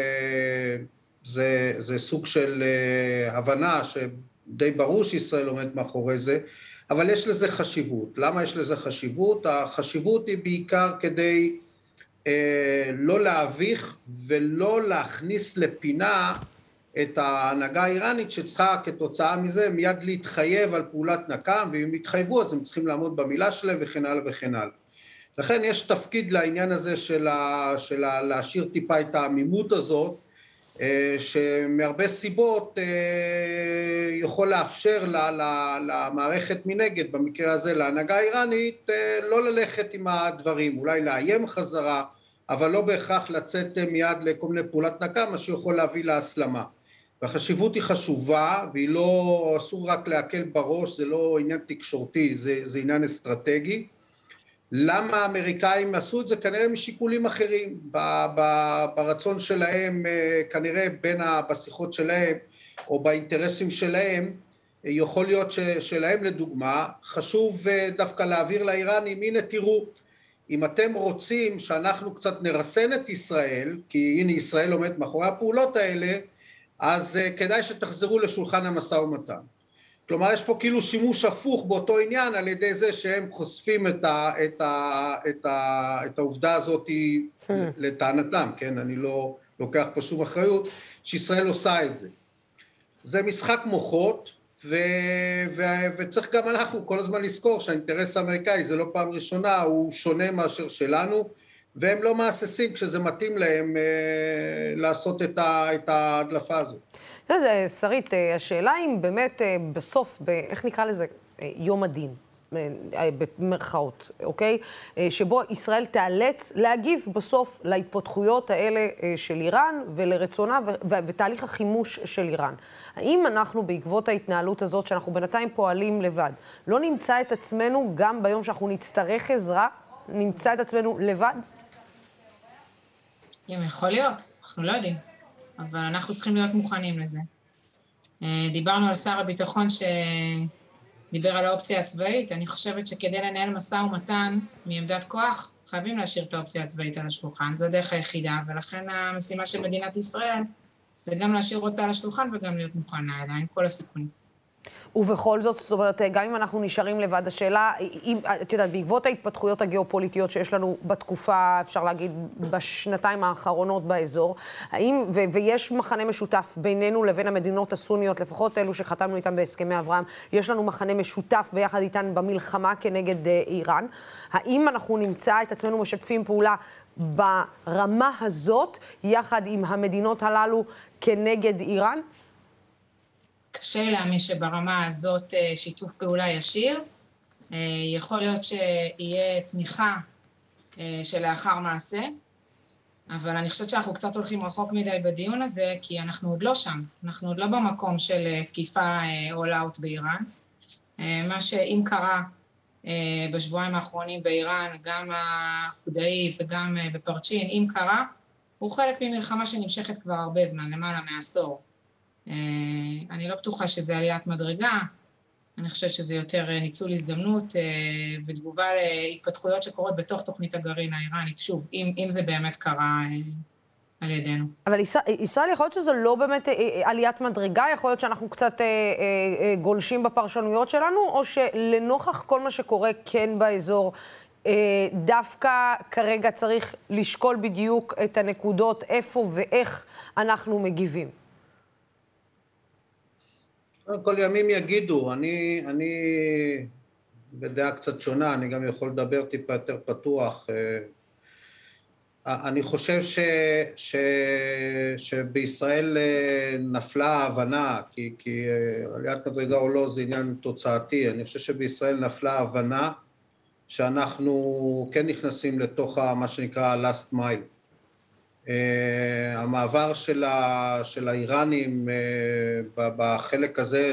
שזה סוג של הבנה שדי ברור שישראל עומד מאחורי זה, אבל יש לזה חשיבות. למה יש לזה חשיבות? החשיבות היא בעיקר כדי לא להביך ולא להכניס לפינה את ההנהגה האיראנית שצריכה כתוצאה מזה מיד להתחייב על פעולת נקם, ואם יתחייבו אז הם צריכים לעמוד במילה שלהם וכן הלאה וכן הלאה. לכן יש תפקיד לעניין הזה של להשאיר טיפה את העמימות הזאת, שמהרבה סיבות יכול לאפשר למערכת מנגד, במקרה הזה להנהגה האיראנית, לא ללכת עם הדברים, אולי לאיים חזרה, אבל לא בהכרח לצאת מיד לכל מיני פעולת נקם, מה שיכול להביא להסלמה. והחשיבות היא חשובה, והיא לא, אסור רק להקל בראש, זה לא עניין תקשורתי, זה עניין אסטרטגי. למה האמריקאים עשו את זה? כנראה משיקולים אחרים, ברצון שלהם, כנראה בשיחות שלהם, או באינטרסים שלהם, יכול להיות שלהם לדוגמה, חשוב דווקא להעביר לאיראנים, הנה תראו, אם אתם רוצים שאנחנו קצת נרסן את ישראל, כי הנה ישראל עומד מאחורי הפעולות האלה, אז כדאי שתחזרו לשולחן המשא ומתן. כלומר, יש פה כאילו שימוש הפוך באותו עניין, על ידי זה שהם חושפים את העובדה הזאת לטענתם, כן? אני לא לוקח פה שום אחריות, שישראל עושה את זה. זה משחק מוחות, וצריך גם אנחנו כל הזמן לזכור שהאינטרס האמריקאי, זה לא פעם ראשונה, הוא שונה מאשר שלנו, והם לא מהססים כשזה מתאים להם לעשות את ההדלפה הזו. שרית, השאלה אם באמת בסוף, איך נקרא לזה? יום הדין. במרכאות, אוקיי? שבו ישראל תיאלץ להגיב בסוף להתפתחויות האלה של איראן ולרצונה ותהליך החימוש של איראן. האם אנחנו בעקבות ההתנהלות הזאת שאנחנו בינתיים פועלים לבד, לא נמצא את עצמנו גם ביום שאנחנו נצטרך עזרה, נמצא את עצמנו לבד? יכול להיות, אנחנו לא יודעים, אבל אנחנו צריכים להיות מוכנים לזה. דיברנו על שר הביטחון דיבר על האופציה הצבאית. אני חושבת שכדי לנהל משא ומתן מעמדת כוח, חייבים להשאיר את האופציה הצבאית על השולחן. זו דרך היחידה, ולכן המשימה של מדינת ישראל זה גם להשאיר אותה על השולחן וגם להיות מוכנה אליה, עם כל הסיכונים. ובכל זאת, זאת אומרת, גם אם אנחנו נשארים לבד, השאלה, אם, את יודעת, בעקבות ההתפתחויות הגיאופוליטיות שיש לנו בתקופה, אפשר להגיד, בשנתיים האחרונות באזור, האם, ויש מחנה משותף בינינו לבין המדינות הסוניות, לפחות אלו שחתמנו איתם בהסכמי אברהם, יש לנו מחנה משותף ביחד איתן במלחמה כנגד איראן, האם אנחנו נמצא את עצמנו משתפים פעולה ברמה הזאת, יחד עם המדינות הללו כנגד איראן? קשה להאמין שברמה הזאת שיתוף פעולה ישיר. יכול להיות שיהיה תמיכה שלאחר מעשה, אבל אני חושבת שאנחנו קצת הולכים רחוק מדי בדיון הזה, כי אנחנו עוד לא שם. אנחנו עוד לא במקום של תקיפה all out באיראן. מה שאם קרה בשבועיים האחרונים באיראן, גם החודאי וגם בפרצ'ין, אם קרה, הוא חלק ממלחמה שנמשכת כבר הרבה זמן, למעלה מעשור. אני לא בטוחה שזה עליית מדרגה, אני חושבת שזה יותר ניצול הזדמנות ותגובה להתפתחויות שקורות בתוך תוכנית הגרעין האיראנית, שוב, אם זה באמת קרה על ידינו. אבל ישראל, יכול להיות שזה לא באמת עליית מדרגה, יכול להיות שאנחנו קצת גולשים בפרשנויות שלנו, או שלנוכח כל מה שקורה כן באזור, דווקא כרגע צריך לשקול בדיוק את הנקודות, איפה ואיך אנחנו מגיבים? כל ימים יגידו, אני בדעה קצת שונה, אני גם יכול לדבר טיפה יותר פתוח. אני חושב שבישראל נפלה ההבנה, כי עליית מדרגה או לא זה עניין תוצאתי, אני חושב שבישראל נפלה ההבנה שאנחנו כן נכנסים לתוך מה שנקרא last mile. המעבר של האיראנים בחלק הזה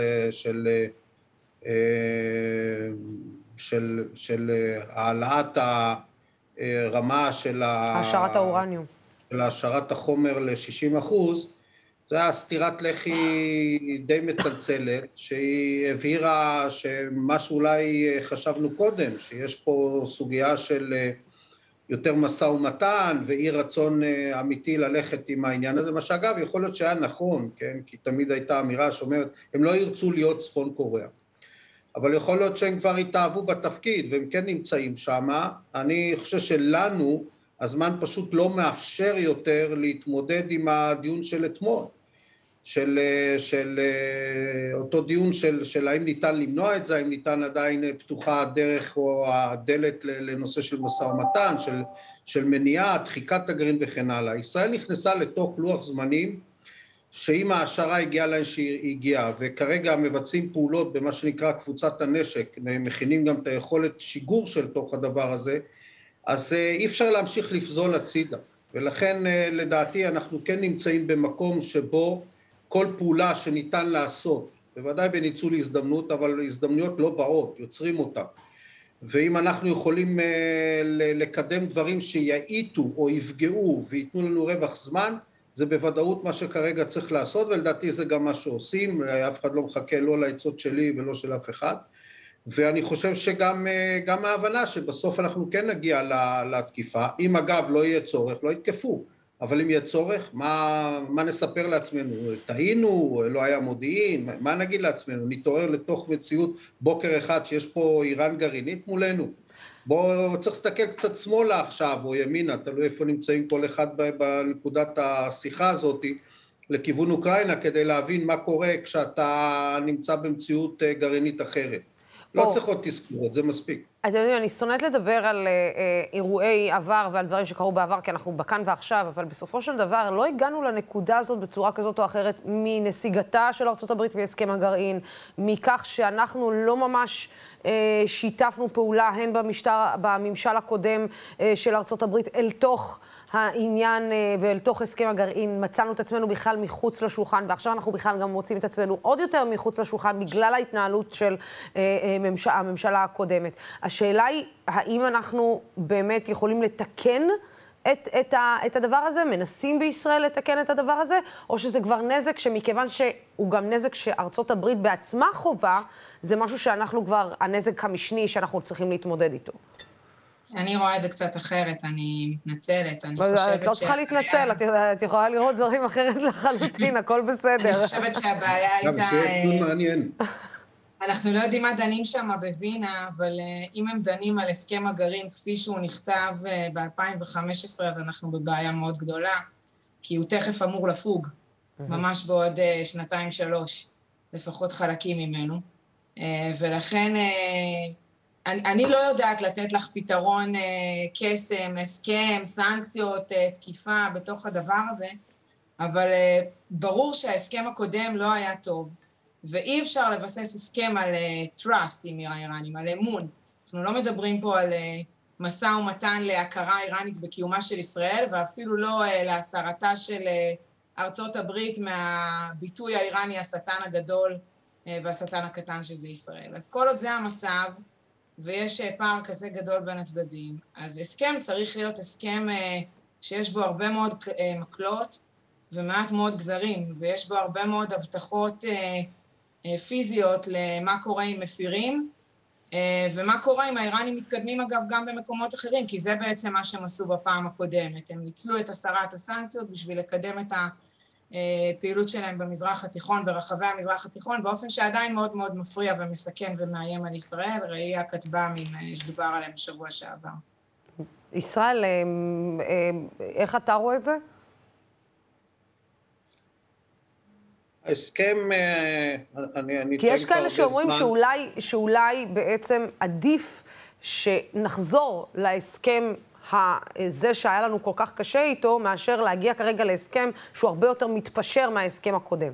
של העלאת הרמה של העשרת האורניום. של העשרת החומר ל-60%, זה היה סתירת לחי די מצלצלת, שהיא הבהירה שמה שאולי חשבנו קודם, שיש פה סוגיה של יותר משא ומתן ואי רצון אמיתי ללכת עם העניין הזה, מה שאגב יכול להיות שהיה נכון, כן? כי תמיד הייתה אמירה שאומרת, הם לא ירצו להיות צפון קוריאה, אבל יכול להיות שהם כבר התאהבו בתפקיד והם כן נמצאים שם. אני חושב שלנו הזמן פשוט לא מאפשר יותר להתמודד עם הדיון של אתמול, של אותו דיון של האם ניתן למנוע את זה, האם ניתן עדיין פתוחה הדרך או הדלת לנושא של משא ומתן, של מניעה, דחיקת הגרעין וכן הלאה. ישראל נכנסה לתוך לוח זמנים שאם ההשערה הגיעה להם שהיא הגיעה, וכרגע מבצעים פעולות במה שנקרא קבוצת הנשק, מכינים גם את היכולת שיגור של תוך הדבר הזה, אז אי אפשר להמשיך לפזול הצידה, ולכן לדעתי אנחנו כן נמצאים במקום שבו כל פעולה שניתן לעשות, בוודאי בניצול הזדמנות, אבל הזדמנויות לא באות, יוצרים אותה. ואם אנחנו יכולים לקדם דברים שיעיטו או יפגעו ויתנו לנו רווח זמן, זה בוודאות מה שכרגע צריך לעשות, ולדעתי זה גם מה שעושים, אף אחד לא מחכה לא לעצות שלי ולא של אף אחד. ואני חושב שגם ההבנה שבסוף אנחנו כן נגיע לתקיפה, אם אגב לא יהיה צורך, לא יתקפו. אבל אם יהיה צורך, מה נספר לעצמנו? טעינו, לא היה מודיעין, מה נגיד לעצמנו? נתעורר לתוך מציאות בוקר אחד שיש פה איראן גרעינית מולנו. בואו צריך להסתכל קצת שמאלה עכשיו, או ימינה, תלוי איפה נמצאים כל אחד בנקודת השיחה הזאת, לכיוון אוקראינה, כדי להבין מה קורה כשאתה נמצא במציאות גרעינית אחרת. לא צריך עוד תזכורת, זה מספיק. אז אני שונאת לדבר על אירועי עבר ועל דברים שקרו בעבר, כי אנחנו בכאן ועכשיו, אבל בסופו של דבר לא הגענו לנקודה הזאת בצורה כזאת או אחרת מנסיגתה של ארצות הברית בהסכם הגרעין, מכך שאנחנו לא ממש שיתפנו פעולה, הן בממשל הקודם של ארצות הברית, אל תוך העניין ואל תוך הסכם הגרעין, מצאנו את עצמנו בכלל מחוץ לשולחן, ועכשיו אנחנו בכלל גם מוצאים את עצמנו עוד יותר מחוץ לשולחן, בגלל ההתנהלות של הממשלה הקודמת. השאלה היא, האם אנחנו באמת יכולים לתקן את הדבר הזה? מנסים בישראל לתקן את הדבר הזה? או שזה כבר נזק שמכיוון שהוא גם נזק שארצות הברית בעצמה חובה, זה משהו שאנחנו כבר, הנזק המשני שאנחנו צריכים להתמודד איתו? אני רואה את זה קצת אחרת, אני מתנצלת, אני חושבת את לא צריכה להתנצל, את יכולה לראות דברים אחרת לחלוטין, הכל בסדר. אני חושבת שהבעיה הייתה... גם שיהיה מעניין. אנחנו לא יודעים מה דנים שם בווינה, אבל אם הם דנים על הסכם הגרעין כפי שהוא נכתב ב-2015, אז אנחנו בבעיה מאוד גדולה, כי הוא תכף אמור לפוג, ממש בעוד 2-3, לפחות חלקים ממנו. ולכן אני לא יודעת לתת לך פתרון קסם, הסכם, סנקציות, תקיפה בתוך הדבר הזה, אבל ברור שההסכם הקודם לא היה טוב. ואי אפשר לבסס הסכם על trust עם האיראנים, על אמון. אנחנו לא מדברים פה על משא ומתן להכרה איראנית בקיומה של ישראל, ואפילו לא להסרתה של ארצות הברית מהביטוי האיראני, השטן הגדול והשטן הקטן שזה ישראל. אז כל עוד זה המצב, ויש פער כזה גדול בין הצדדים, אז הסכם צריך להיות הסכם שיש בו הרבה מאוד מקלות ומעט מאוד גזרים, ויש בו הרבה מאוד הבטחות פיזיות למה קורה עם מפירים, ומה קורה אם האיראנים מתקדמים אגב גם במקומות אחרים, כי זה בעצם מה שהם עשו בפעם הקודמת. הם ניצלו את הסרת הסנקציות בשביל לקדם את הפעילות שלהם במזרח התיכון, ברחבי המזרח התיכון, באופן שעדיין מאוד מאוד מפריע ומסכן ומאיים על ישראל, ראי הכתב"מים שדובר עליהם בשבוע שעבר. ישראל, איך אתה רואה את זה? ההסכם, כי יש כאלה שאומרים שאולי בעצם עדיף שנחזור להסכם הזה שהיה לנו כל כך קשה איתו, מאשר להגיע כרגע להסכם שהוא הרבה יותר מתפשר מההסכם הקודם.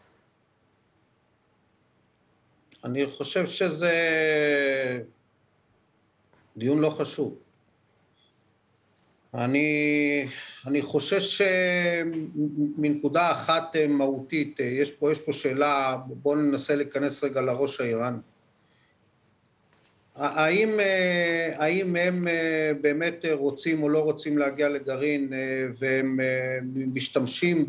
אני חושב שזה דיון לא חשוב. אני חושש מנקודה אחת מהותית, יש פה שאלה, בואו ננסה להיכנס רגע לראש האיראני. האם הם באמת רוצים או לא רוצים להגיע לגרעין, והם משתמשים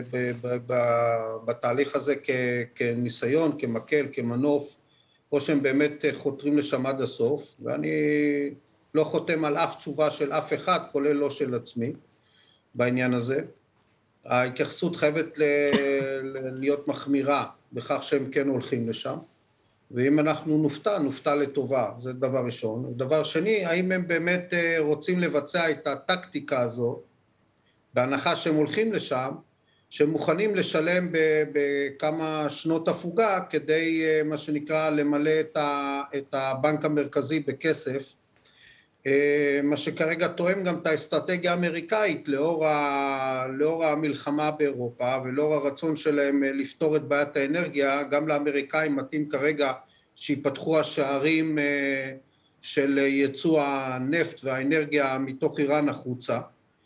בתהליך הזה כניסיון, כמקל, כמנוף, או שהם באמת חותרים לשם עד הסוף, ואני לא חותם על אף תשובה של אף אחד, כולל לא של עצמי, בעניין הזה. ההתייחסות חייבת להיות מחמירה בכך שהם כן הולכים לשם, ואם אנחנו נופתע לטובה, זה דבר ראשון. דבר שני, האם הם באמת רוצים לבצע את הטקטיקה הזו, בהנחה שהם הולכים לשם, שהם מוכנים לשלם בכמה שנות הפוגה, כדי מה שנקרא למלא את הבנק המרכזי בכסף, מה שכרגע תואם גם את האסטרטגיה האמריקאית לאור המלחמה באירופה ולאור הרצון שלהם לפתור את בעיית האנרגיה. גם לאמריקאים מתאים כרגע שיפתחו השערים של ייצוא הנפט והאנרגיה מתוך איראן החוצה,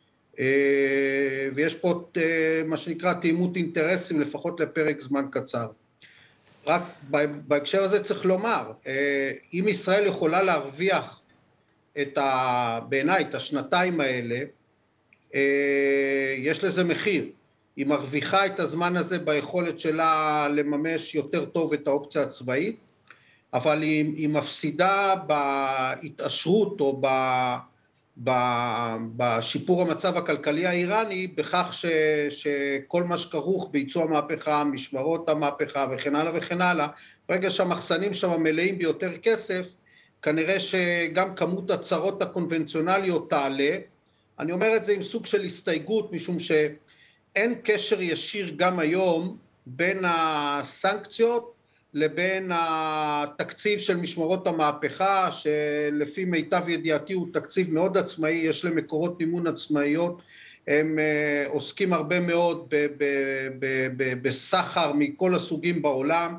ויש פה מה שנקרא תאימות אינטרסים לפחות לפרק זמן קצר. רק בהקשר הזה צריך לומר, אם ישראל יכולה להרוויח בעיניי את השנתיים האלה, יש לזה מחיר. היא מרוויחה את הזמן הזה ביכולת שלה לממש יותר טוב את האופציה הצבאית, אבל היא מפסידה בהתעשרות או בשיפור המצב הכלכלי האיראני, בכך שכל מה שכרוך ביצוע מהפכה, משמרות המהפכה וכן הלאה וכן הלאה, ברגע שהמחסנים שם מלאים ביותר כסף, כנראה שגם כמות הצהרות הקונבנציונליות תעלה. אני אומר את זה עם סוג של הסתייגות, משום שאין קשר ישיר גם היום בין הסנקציות לבין התקציב של משמרות המהפכה, שלפי מיטב ידיעתי הוא תקציב מאוד עצמאי, יש להם מקורות מימון עצמאיות, הם עוסקים הרבה מאוד בסחר מכל הסוגים בעולם,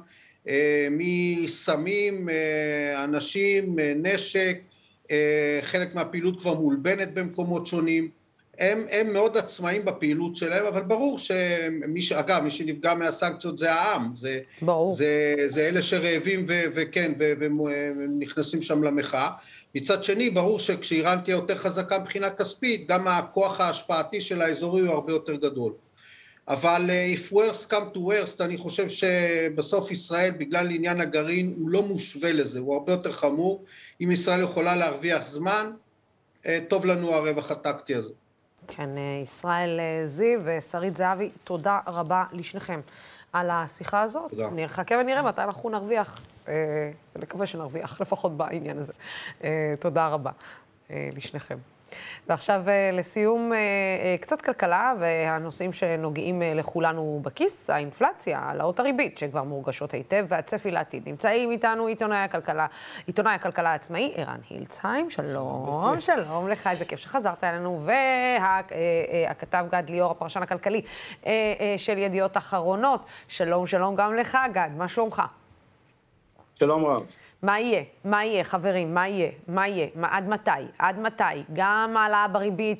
מסמים, אנשים, נשק, חלק מהפעילות כבר מולבנת במקומות שונים, הם מאוד עצמאים בפעילות שלהם, אבל ברור אגב, מי שנפגע מהסנקציות זה העם, זה אלה שרעבים וכן, ונכנסים שם למחאה. מצד שני, ברור שכשאיראן תהיה יותר חזקה מבחינה כספית, גם הכוח ההשפעתי של האזורי הוא הרבה יותר גדול. אבל if worst come to worst, אני חושב שבסוף ישראל, בגלל עניין הגרעין, הוא לא מושווה לזה, הוא הרבה יותר חמור. אם ישראל יכולה להרוויח זמן, טוב לנו הרווח הטקטי הזה. כן, ישראל זיו ושרית זהבי, תודה רבה לשניכם על השיחה הזאת. תודה. נחכה ונראה מתי אנחנו נרוויח, ונקווה שנרוויח, לפחות בעניין הזה. תודה רבה לשניכם. ועכשיו לסיום קצת כלכלה והנושאים שנוגעים לכולנו בכיס, האינפלציה, העלאות הריבית שכבר מורגשות היטב והצפי לעתיד. נמצאים איתנו עיתונאי הכלכלה העצמאי, ערן הילצהיים, שלום, שלום לך, איזה כיף שחזרת אלינו, והכתב גד ליאור, הפרשן הכלכלי של ידיעות אחרונות, שלום, שלום גם לך גד, מה שלומך? שלום רב. מה יהיה? מה יהיה, חברים? מה יהיה? מה יהיה? עד מתי? עד מתי? גם העלאה בריבית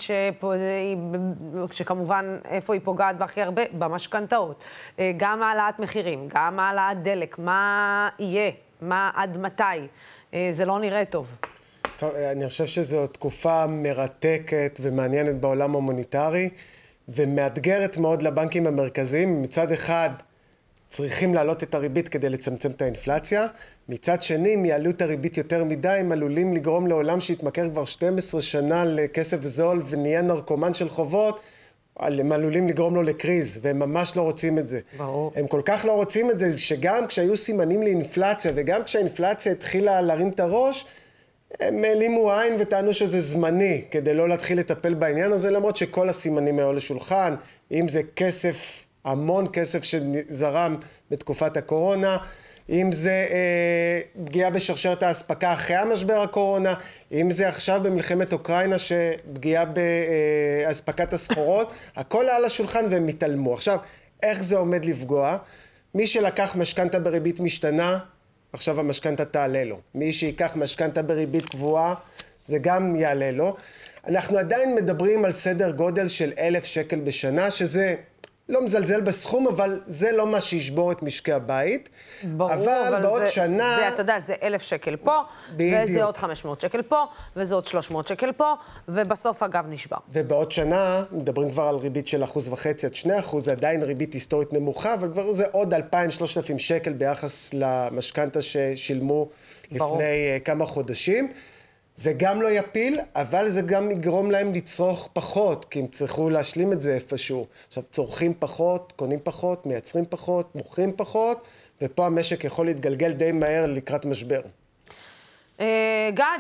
שכמובן איפה היא פוגעת בהכי הרבה? במשכנתאות. גם העלאת מחירים, גם העלאת דלק. מה יהיה? מה עד מתי? זה לא נראה טוב. טוב, אני חושב שזו תקופה מרתקת ומעניינת בעולם המוניטרי, ומאתגרת מאוד לבנקים המרכזיים. מצד אחד, צריכים להעלות את הריבית כדי לצמצם את האינפלציה. מצד שני, אם יעלו את הריבית יותר מדי, הם עלולים לגרום לעולם שהתמכר כבר 12 שנה לכסף זול ונהיה נרקומן של חובות, הם עלולים לגרום לו לקריז, והם ממש לא רוצים את זה. ברור. הם כל כך לא רוצים את זה, שגם כשהיו סימנים לאינפלציה, וגם כשהאינפלציה התחילה להרים את הראש, הם העלימו עין וטענו שזה זמני, כדי לא להתחיל לטפל בעניין הזה, למרות שכל הסימנים היו לשולחן, אם זה כסף, המון כסף שזרם בתקופת הקורונה, אם זה פגיעה בשרשרת האספקה אחרי המשבר הקורונה, אם זה עכשיו במלחמת אוקראינה שפגיעה באספקת הסחורות, הכל על השולחן והם מתעלמו. עכשיו, איך זה עומד לפגוע? מי שלקח משכנתה בריבית משתנה, עכשיו המשכנתה תעלה לו. מי שיקח משכנתה בריבית קבועה, זה גם יעלה לו. אנחנו עדיין מדברים על סדר גודל של 1,000 שקל בשנה, שזה לא מזלזל בסכום, אבל זה לא מה שישבור את משקי הבית. ברור, אבל בעוד שנה... זה, אתה יודע, זה 1,000 שקל פה, בדיוק. וזה עוד 500 שקל פה, וזה עוד 300 שקל פה, ובסוף הגב נשבר. ובעוד שנה, מדברים כבר על ריבית של 1.5% עד 2%, זה עדיין ריבית היסטורית נמוכה, אבל כבר זה עוד 2,000-3,000 שקל ביחס למשכנתה ששילמו לפני כמה חודשים. זה גם לא יפיל, אבל זה גם יגרום להם לצרוך פחות, כי הם צריכו להשלים את זה איפשהו. עכשיו, צורכים פחות, קונים פחות, מייצרים פחות, מוכרים פחות, ופה המשק יכול להתגלגל די מהר לקראת משבר. גד,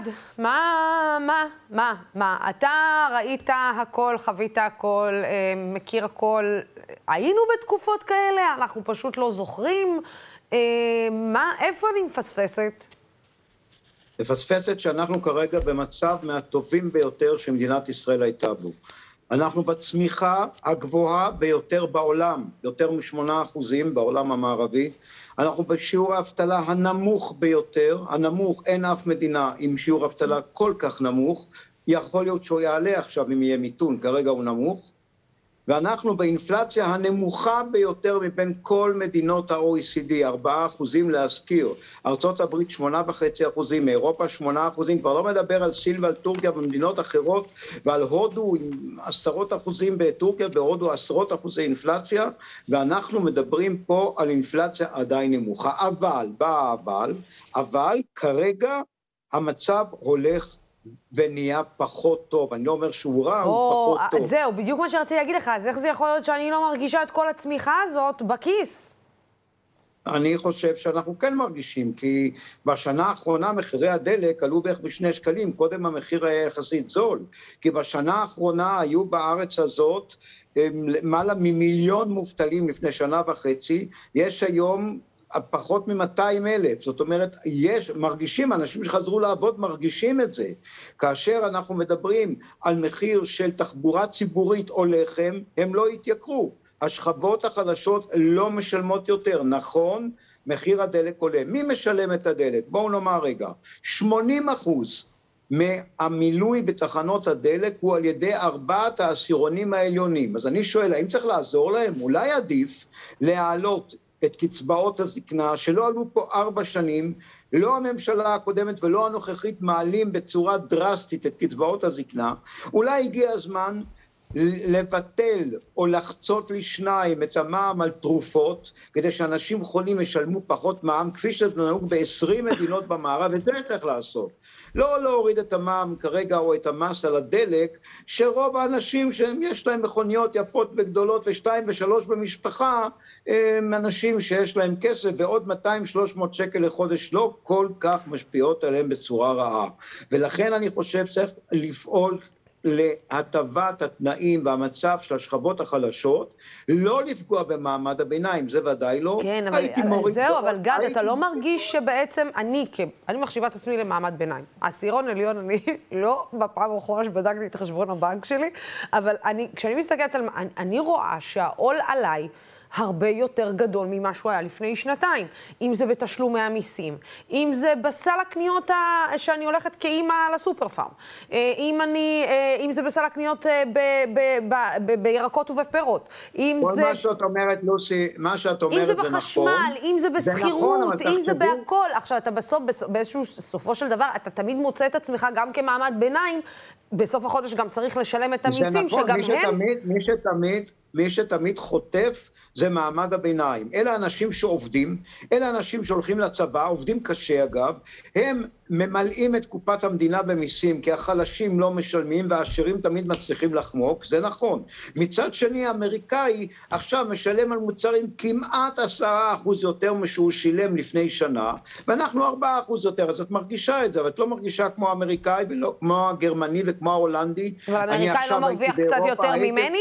מה? אתה ראית הכל, חווית הכל, מכיר הכל. היינו בתקופות כאלה? אנחנו פשוט לא זוכרים. איפה אני מפספסת? מפספסת שאנחנו כרגע במצב מהטובים ביותר שמדינת ישראל הייתה בו. אנחנו בצמיחה הגבוהה ביותר בעולם, יותר מ8% בעולם המערבי. אנחנו בשיעור האבטלה הנמוך ביותר, הנמוך, אין אף מדינה עם שיעור אבטלה כל כך נמוך, יכול להיות שהוא יעלה עכשיו אם יהיה מיתון, כרגע הוא נמוך. ואנחנו באינפלציה הנמוכה ביותר מבין כל מדינות ה-OECD, 4% להזכיר, ארצות הברית 8.5%, אירופה 8%, כבר לא מדבר על סין ועל טורקיה ומדינות אחרות, ועל הודו עם 10% בטורקיה, בהודו 10% אינפלציה, ואנחנו מדברים פה על אינפלציה עדיין נמוכה, אבל כרגע המצב הולך ונהיה פחות טוב. אני לא אומר שהוא רע, הוא פחות טוב. זהו, בדיוק מה שרציתי להגיד לך. אז איך זה יכול להיות שאני לא מרגישה את כל הצמיחה הזאת בכיס? אני חושב שאנחנו כן מרגישים, כי בשנה האחרונה מחירי הדלק עלו בערך ב2 שקלים, קודם המחיר היה יחסית זול, כי בשנה האחרונה היו בארץ הזאת למעלה ממיליון מובטלים לפני שנה וחצי, יש היום פחות מ-200,000, זאת אומרת, מרגישים, אנשים שחזרו לעבוד מרגישים את זה. כאשר אנחנו מדברים על מחיר של תחבורה ציבורית או לחם, הם לא יתייקרו. השכבות החדשות לא משלמות יותר, נכון, מחיר הדלק עולה. מי משלם את הדלק? בואו נאמר רגע, 80% מהמילוי בתחנות הדלק הוא על ידי 4 העשירונים העליונים. אז אני שואל, האם צריך לעזור להם? אולי עדיף להעלות את קצבאות הזקנה, שלא עלו פה 4 שנים, לא הממשלה הקודמת ולא הנוכחית מעלים בצורה דרסטית את קצבאות הזקנה, אולי הגיע הזמן לבטל או לחצות לשניים את המע"מ על תרופות, כדי שאנשים חולים ישלמו פחות מע"מ, כפי שזה נהוג ב-20 מדינות במערב, וזה צריך לעשות. לא להוריד את המע"מ כרגע או את המס על הדלק, שרוב האנשים שיש להם מכוניות יפות וגדולות ו2 ו3 במשפחה, הם אנשים שיש להם כסף ועוד 200-300 שקל לחודש לא כל כך משפיעות עליהם בצורה רעה. ולכן אני חושב צריך לפעול להטבת התנאים והמצב של השכבות החלשות, לא לפגוע במעמד הביניים, זה ודאי לא. כן, אבל זהו, אבל גד, אתה לא מרגיש שבעצם אני מחשיבה את עצמי למעמד ביניים. העשירון עליון, אני לא בפעם האחרונה שבדקתי את חשבון הבנק שלי, אבל כשאני מסתכלת על, אני רואה שהעול עליי הרבה יותר גדול ממה שהוא היה לפני שנתיים. אם זה בתשלומי המיסים, אם זה בסל הקניות שאני הולכת כאימא לסופר פארם, אם זה בסל הקניות בירקות ובפירות, אם זה... כל מה שאת אומרת, לוסי, מה שאת אומרת זה נכון. אם זה בחשמל, אם זה בסחירות, אם זה בהכל. עכשיו, אתה באיזשהו סופו של דבר, אתה תמיד מוצא את עצמך גם כמעמד ביניים, בסוף החודש גם צריך לשלם את המיסים, שגם הם... מי שתמיד חוטף זה מעמד הביניים. אלה אנשים שעובדים, אלה אנשים שהולכים לצבא, עובדים קשה אגב, הם ממלאים את קופת המדינה במיסים, כי החלשים לא משלמים והעשירים תמיד מצליחים לחמוק, זה נכון. מצד שני, האמריקאי עכשיו משלם על מוצרים כמעט 10% יותר משהוא שילם לפני שנה, ואנחנו 4% יותר, אז את מרגישה את זה, אבל את לא מרגישה כמו האמריקאי ולא כמו הגרמני וכמו ההולנדי. אבל האמריקאי לא מרוויח קצת יותר ממני?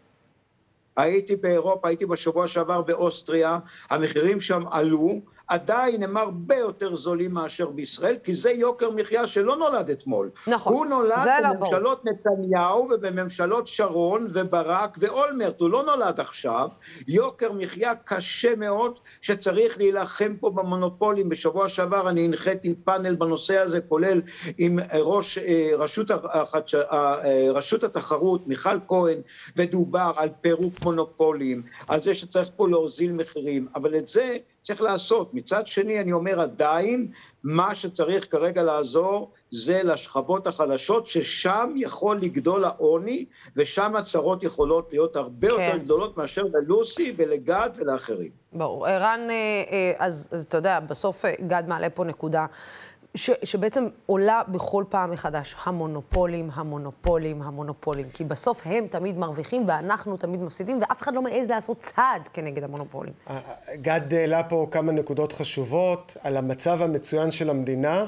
הייתי באירופה, הייתי בשבוע שעבר באוסטריה, המחירים שם עלו, עדיין הם הרבה יותר זולים מאשר בישראל, כי זה יוקר מחיה שלא נולד אתמול. נכון. הוא נולד בממשלות נתניהו ובממשלות שרון וברק ואולמרט, הוא לא נולד עכשיו. יוקר מחיה קשה מאוד שצריך להילחם פה במונופולים. בשבוע שעבר אני הנחיתי פאנל בנושא הזה, כולל עם ראש רשות התחרות, מיכל כהן, ודובר על פירוק מונופולים, על זה שצריך פה להוזיל מחירים, אבל את זה צריך לעשות. מצד שני, אני אומר עדיין, מה שצריך כרגע לעזור, זה לשכבות החלשות, ששם יכול לגדול העוני, ושם הצרות יכולות להיות הרבה יותר גדולות, מאשר ללוסי ולגד ולאחרים. ברור. ערן, אז אתה יודע, בסוף גד מעלה פה נקודה, שבעצם עולה בכל פעם מחדש, המונופולים, כי בסוף הם תמיד מרוויחים ואנחנו תמיד מפסידים, ואף אחד לא מעז לעשות צעד כנגד המונופולים. גד העלה פה כמה נקודות חשובות על המצב המצוין של המדינה,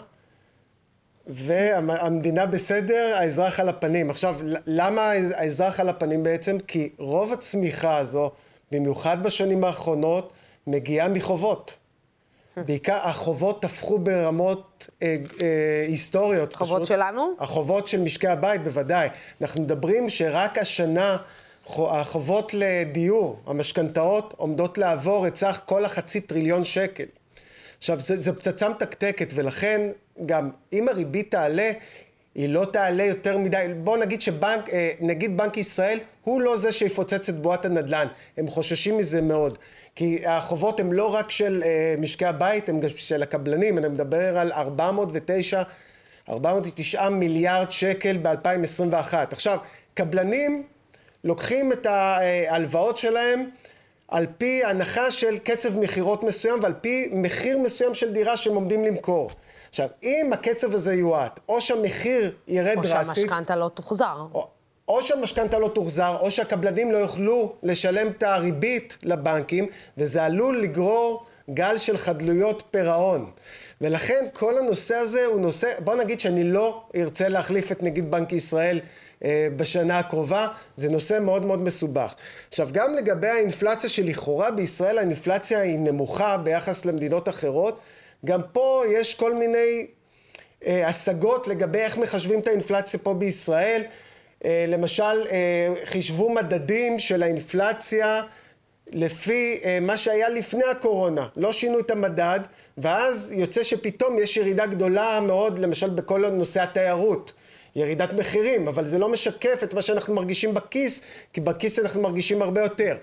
והמדינה בסדר, האזרח על הפנים. עכשיו, למה האזרח על הפנים בעצם? כי רוב הצמיחה הזו, במיוחד בשנים האחרונות, מגיעה מחובות. בעיקר החובות הפכו ברמות היסטוריות. חובות שלנו? החובות של משקי הבית, בוודאי. אנחנו מדברים שרק השנה החובות לדיור, המשכנתאות, עומדות לעבור את סך כל 0.5 טריליון שקל. עכשיו, זה פצצה מתקתקת, ולכן גם אם הריבית תעלה, היא לא תעלה יותר מדי. בואו נגיד נגיד בנק ישראל, הוא לא זה שיפוצץ את בועת הנדל"ן. הם חוששים מזה מאוד. כי החובות הם לא רק של משקי הבית, הם גם של הקבלנים. אני מדבר על 409 מיליארד שקל ב-2021. עכשיו, קבלנים לוקחים את ההלוואות שלהם על פי הנחה של קצב מחירות מסוים, ועל פי מחיר מסוים של דירה שהם עומדים למכור. עכשיו, אם הקצב הזה יועט, או שהמחיר ירד דרסטית, או שהמשכנתה לא תוחזר. או שהמשכנתה לא תוחזר, או שהקבלנים לא יוכלו לשלם את הריבית לבנקים, וזה עלול לגרור גל של חדלויות פירעון. ולכן כל הנושא הזה הוא נושא, בוא נגיד שאני לא ארצה להחליף את נגיד בנק ישראל בשנה הקרובה, זה נושא מאוד מאוד מסובך. עכשיו, גם לגבי האינפלציה שלכאורה בישראל, האינפלציה היא נמוכה ביחס למדינות אחרות, גם פה יש כל מיני השגות לגבי איך מחשבים את האינפלציה פה בישראל. למשל, חישבו מדדים של האינפלציה לפי מה שהיה לפני הקורונה, לא שינו את המדד, ואז יוצא שפתאום יש ירידה גדולה מאוד, למשל בכל נושא התיירות, ירידת מחירים, אבל זה לא משקף את מה שאנחנו מרגישים בכיס, כי בכיס אנחנו מרגישים הרבה יותר.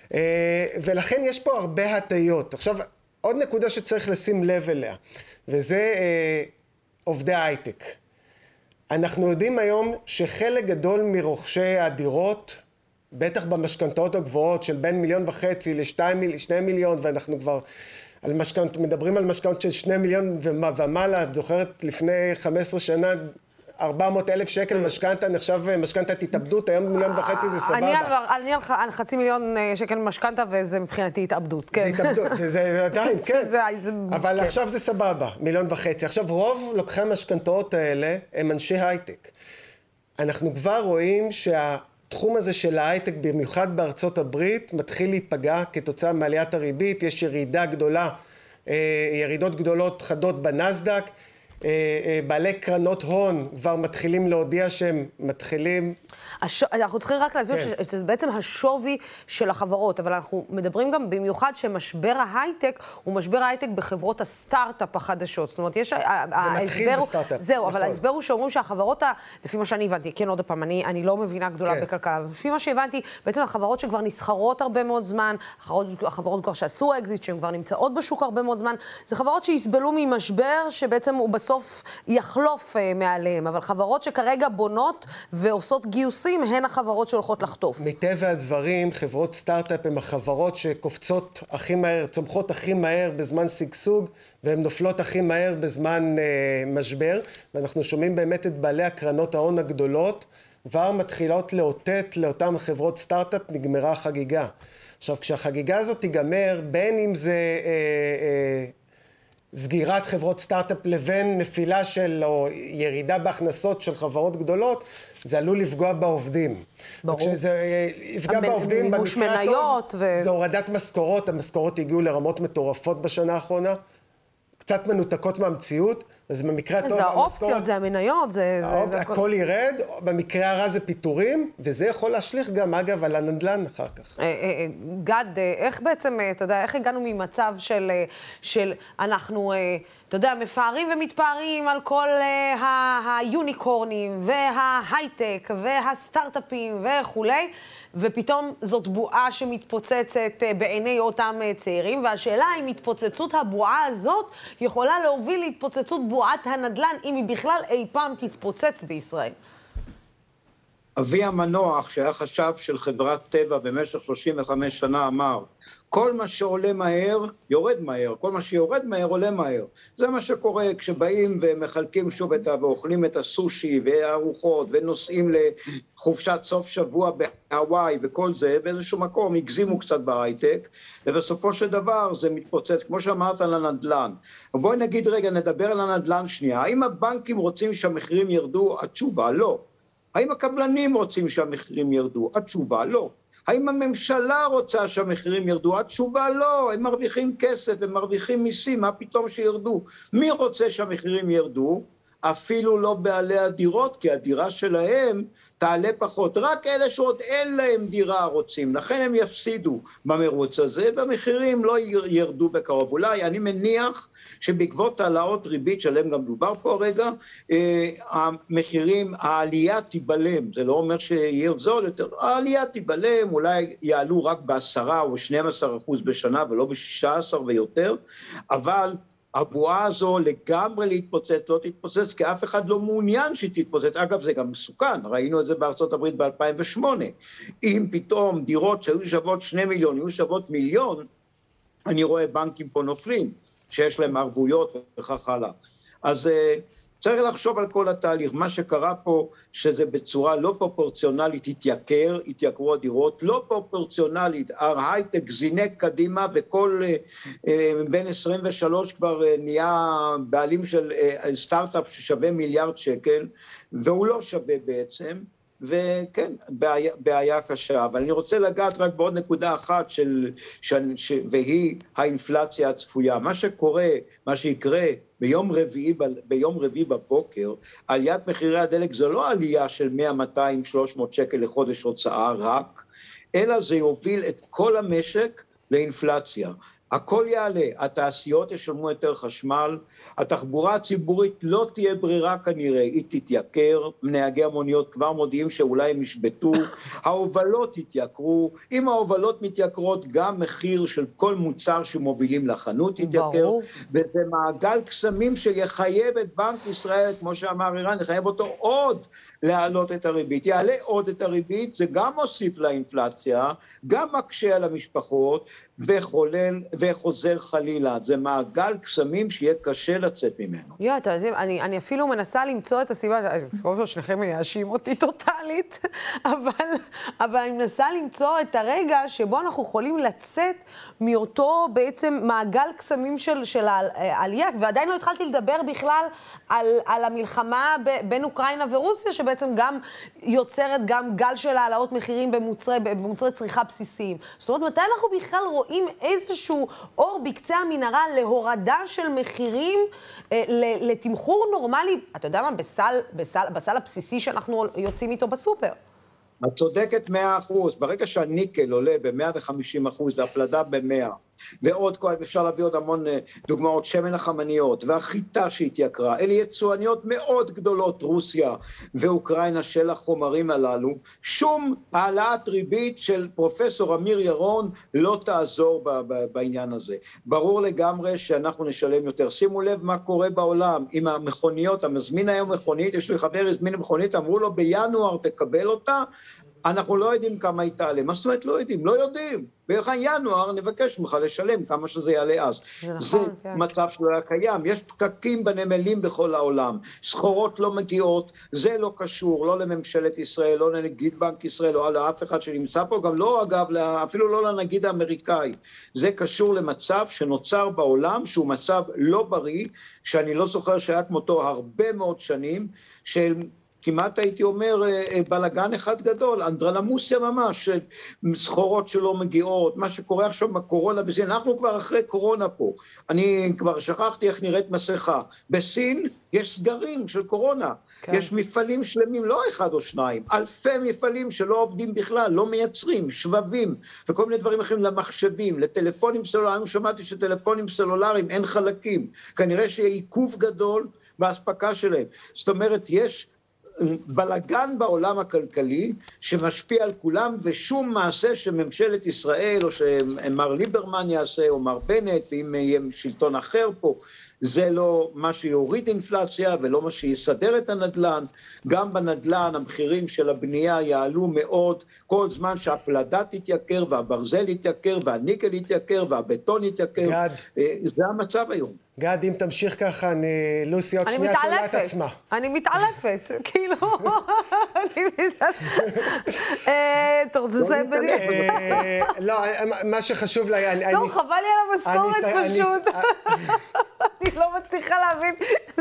ולכן יש פה הרבה הטיות. עכשיו, עוד נקודה שצריך לשים לב אליה, וזה עובדי ההייטק. אנחנו יודעים היום שחלק גדול מרוכשי הדירות, בטח במשכנתאות הגבוהות של בין 1.5 מיליון ל2 מיליון, ואנחנו כבר מדברים על משכנתאות של 2 מיליון ומעלה. את זוכרת לפני 15 שנה 400,000 שקל משכנתה, נחשב משכנתת התאבדות, היום 1.5 מיליון זה סבבה. אני על 500,000 שקל משכנתה, וזה מבחינתי התאבדות, כן. זה התאבדות, זה עדיין, כן. אבל עכשיו זה סבבה, 1.5 מיליון. עכשיו, רוב לוקחי המשכנתאות האלה הם אנשי הייטק. אנחנו כבר רואים שהתחום הזה של ההייטק, במיוחד בארצות הברית, מתחיל להיפגע כתוצאה מעליית הריבית. יש ירידה גדולה, ירידות גדולות חדות בנסדק. בעלי קרנות הון כבר מתחילים להודיע שהם מתחילים... אנחנו צריכים רק להסביר שזה בעצם השווי של החברות, אבל אנחנו מדברים גם במיוחד שמשבר ההייטק הוא משבר ההייטק בחברות הסטארט-אפ החדשות. זאת אומרת, יש... זה מתחיל בסטארט-אפ. זהו, אבל ההסבר הוא שאומרים שהחברות, לפי מה שאני הבנתי, כן, עוד פעם, אני לא מבינה גדולה בכלכלה, אבל לפי מה שהבנתי, בעצם החברות שכבר נסחרות הרבה מאוד זמן, החברות כבר שעשו אקזיט, שהן כבר נמצאות בשוק הרבה מאוד זמן, זה חברות שיסבלו ממשבר שבעצם הוא בסוף יחלוף מעליהם, אבל חברות שכרגע בונות ועושות גיוסים, הן החברות שהולכות לחטוף. מטבע הדברים, חברות סטארט-אפ הן החברות שקופצות הכי מהר, צומחות הכי מהר בזמן סגסוג, והן נופלות הכי מהר בזמן משבר, ואנחנו שומעים באמת את בעלי הקרנות ההון הגדולות, כבר מתחילות לאותת לאותן חברות סטארט-אפ, נגמרה החגיגה. עכשיו, כשהחגיגה הזאת תיגמר, בין אם זה... סגירת חברות סטארט-אפ לבין נפילה של או ירידה בהכנסות של חברות גדולות, זה עלול לפגוע בעובדים. ברור. כשזה יפגע בעובדים, במקרה הטוב, זה הורדת משכורות. המשכורות הגיעו לרמות מטורפות בשנה האחרונה, קצת מנותקות מהמציאות, אז במקרה הטוב... זה האופציות, זה המניות, זה... הכל ירד, במקרה הרע זה פיטורים, וזה יכול להשליך גם, אגב, על הנדל"ן אחר כך. גד, איך בעצם, אתה יודע, איך הגענו ממצב של אנחנו, אתה יודע, מפארים ומתפארים על כל היוניקורנים, וההייטק, והסטארט-אפים וכולי, ופתאום זאת בועה שמתפוצצת בעיני אותם צעירים, והשאלה אם התפוצצות הבועה הזאת יכולה להוביל להתפוצצות בועת הנדל"ן, אם היא בכלל אי פעם תתפוצץ בישראל. אבי המנוח, שהיה חשב של חברת טבע במשך 35 שנה, אמר, כל מה שעולה מהר, יורד מהר, כל מה שיורד מהר, עולה מהר. זה מה שקורה כשבאים ומחלקים שוב ואוכלים את הסושי והארוחות, ונוסעים לחופשת סוף שבוע בהוואי וכל זה, באיזשהו מקום הגזימו קצת בהייטק, ובסופו של דבר זה מתפוצץ, כמו שאמרת על הנדל"ן. בואי נגיד רגע, נדבר על הנדל"ן שנייה. האם הבנקים רוצים שהמחירים ירדו? התשובה לא. האם הקבלנים רוצים שהמחירים ירדו? התשובה לא. האם הממשלה רוצה שהמחירים ירדו? התשובה לא, הם מרוויחים כסף, הם מרוויחים מיסים, מה פתאום שירדו? מי רוצה שהמחירים ירדו? אפילו לא בעלי הדירות, כי הדירה שלהם תעלה פחות. רק אלה שעוד אין להם דירה רוצים, לכן הם יפסידו במרוץ הזה, והמחירים לא ירדו בקרוב. אולי אני מניח שבעקבות העלאות ריבית שלהם גם דובר פה רגע, המחירים, העלייה תיבלם, זה לא אומר שיהיה זול יותר, העלייה תיבלם, אולי יעלו רק ב10 או 12% בשנה ולא ב16 ויותר, אבל הבועה הזו לגמרי להתפוצץ, לא תתפוצץ, כי אף אחד לא מעוניין שתתפוצץ. אגב, זה גם מסוכן, ראינו את זה בארצות הברית ב-2008. אם פתאום דירות שהיו שוות 2 מיליון, היו שוות 1 מיליון, אני רואה בנקים פה נופלים, שיש להם ערבויות וכך הלאה. אז צריך לחשוב על כל התהליך. מה שקרה פה, שזה בצורה לא פרופורציונלית התייקרו הדירות, לא פרופורציונלית, ההייטק זינק קדימה, וכל בין 23 כבר נהיה בעלים של סטארט-אפ ששווה מיליארד שקל, והוא לא שווה בעצם, וכן, בעיה קשה. אבל אני רוצה לגעת רק בעוד נקודה אחת, והיא האינפלציה הצפויה. מה שקורה, מה שיקרה ביום רביעי בבוקר, עליית מחירי הדלק זו לא עלייה של 100, 200, 300 שקל לחודש הוצאה רק, אלא זה יוביל את כל המשק לאינפלציה. הכל יעלה, התעשיות ישלמו יותר חשמל, התחבורה הציבורית לא תהיה ברירה כנראה, היא תתייקר, נהגי המוניות כבר מודיעים שאולי הם ישבתו, ההובלות יתייקרו, אם ההובלות מתייקרות גם מחיר של כל מוצר שמובילים לחנות יתייקר, וזה מעגל קסמים שיחייב את בנק ישראל, כמו שאמר אירן, יחייב אותו עוד להעלות את הריבית, יעלה עוד את הריבית, זה גם מוסיף לאינפלציה, גם מקשה על המשפחות, וחוזר חלילה. זה מעגל קסמים שיהיה קשה לצאת ממנו. אתה יודע, אני אפילו מנסה למצוא את הסיבה, שניכם מייאשים אותי טוטלית, אבל אני מנסה למצוא את הרגע שבו אנחנו יכולים לצאת מאותו בעצם מעגל קסמים של העלייה, ועדיין לא התחלתי לדבר בכלל על המלחמה בין אוקראינה ורוסיה, שבעצם גם יוצרת גם גל של העלאות מחירים במוצרי צריכה בסיסיים. זאת אומרת, מתי אנחנו בכלל רואים איזשהו אור בקצה המנהרה להורדה של מחירים, לתמחור נורמלי, אתה יודע מה, בסל הבסיסי שאנחנו יוצאים איתו בסופר. את צודקת 100%, ברגע שהניקל עולה ב-150% והפלדה ב-100, ועוד אפשר להביא עוד המון דוגמאות, שמן החמניות והחיטה שהתייקרה, אלה יצואניות מאוד גדולות, רוסיה ואוקראינה של החומרים הללו, שום העלאת ריבית של פרופסור אמיר ירון לא תעזור בעניין הזה. ברור לגמרי שאנחנו נשלם יותר. שימו לב מה קורה בעולם עם המכוניות, המזמין היום מכונית, יש לי חבר הזמין מכונית, אמרו לו בינואר תקבל אותה, אנחנו לא יודעים כמה היא תעלה. מה זאת אומרת לא יודעים? לא יודעים. בינואר נבקש ממך לשלם כמה שזה יעלה אז. זה מצב שלא היה קיים. יש פקקים בנמלים בכל העולם. סחורות לא מגיעות, זה לא קשור, לא לממשלת ישראל, לא לנגיד בנק ישראל, לא לאף אחד שנמצא פה, גם לא אגב, אפילו לא לנגיד האמריקאי. זה קשור למצב שנוצר בעולם, שהוא מצב לא בריא, שאני לא זוכר שהיה כמותו הרבה מאוד שנים, של כמעט הייתי אומר בלגן אחד גדול, אנדרלמוסיה ממש, סחורות שלא מגיעות, מה שקורה עכשיו בקורונה בסין, אנחנו כבר אחרי קורונה פה, אני כבר שכחתי איך נראית מסכה, בסין יש סגרים של קורונה, כן. יש מפעלים שלמים, לא אחד או שניים, אלפי מפעלים שלא עובדים בכלל, לא מייצרים, שבבים, וכל מיני דברים אחרים למחשבים, לטלפונים סלולריים, שמעתי שטלפונים סלולריים אין חלקים, כנראה שיהיה עיכוב גדול בהספקה שלהם, זאת אומרת יש בלגן בעולם הכלכלי שמשפיע על כולם, ושום מעשה שממשלת ישראל או שמר ליברמן יעשה או מר בנט, ואם יהיה שלטון אחר פה, זה לא מה שיוריד אינפלציה ולא מה שיסדר את הנדלן. גם בנדלן המחירים של הבנייה יעלו מאוד, כל זמן שהפלדה תתייקר והברזל יתייקר והניקל יתייקר והבטון יתייקר. זה המצב היום. גד, אם תמשיך ככה, לוסי עוד שנייה תולה את עצמה. אני מתעלפת, כאילו, אני מתעלפת. אתה רוצה לסיים בני? לא, מה שחשוב לי... לא, חבל לי על המשכורת פשוט. אני לא מצליחה להבין